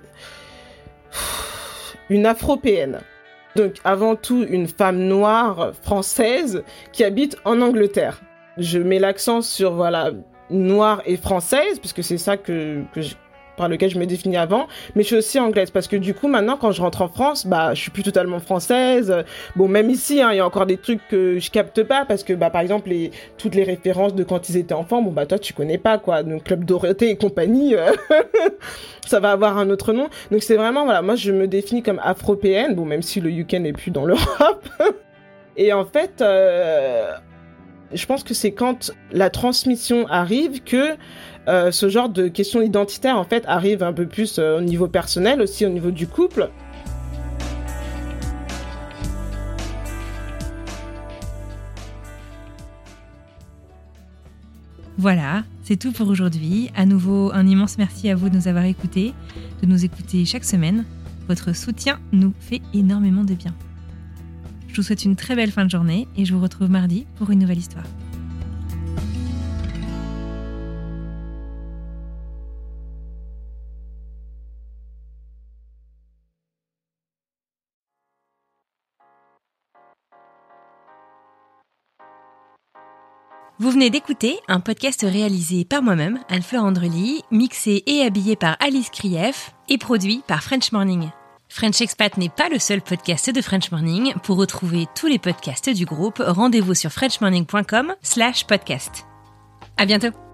une afropéenne. Donc, avant tout, une femme noire française qui habite en Angleterre. Je mets l'accent sur, voilà, noire et française, puisque c'est ça que, que je, par lequel je me définis avant, mais je suis aussi anglaise, parce que du coup, maintenant, quand je rentre en France, bah, je suis plus totalement française. Bon, même ici, hein, il y a encore des trucs que je capte pas, parce que, bah, par exemple, les, toutes les références de quand ils étaient enfants, bon, bah, toi, tu connais pas, quoi. Donc, Club Dorothée et compagnie, euh, ça va avoir un autre nom. Donc, c'est vraiment, voilà, moi, je me définis comme afropéenne, bon, même si le U K n'est plus dans l'Europe. Et en fait, euh, je pense que c'est quand la transmission arrive que euh, ce genre de questions identitaires en fait arrive un peu plus euh, au niveau personnel, aussi au niveau du couple. Voilà, c'est tout pour aujourd'hui. À nouveau, un immense merci à vous de nous avoir écoutés, de nous écouter chaque semaine. Votre soutien nous fait énormément de bien. Je vous souhaite une très belle fin de journée et je vous retrouve mardi pour une nouvelle histoire. Vous venez d'écouter un podcast réalisé par moi-même, Anne-Fleur Andrely, mixé et habillé par Alice Krief et produit par French Morning. French Expat n'est pas le seul podcast de French Morning. Pour retrouver tous les podcasts du groupe, rendez-vous sur french morning point com slash podcast. À bientôt!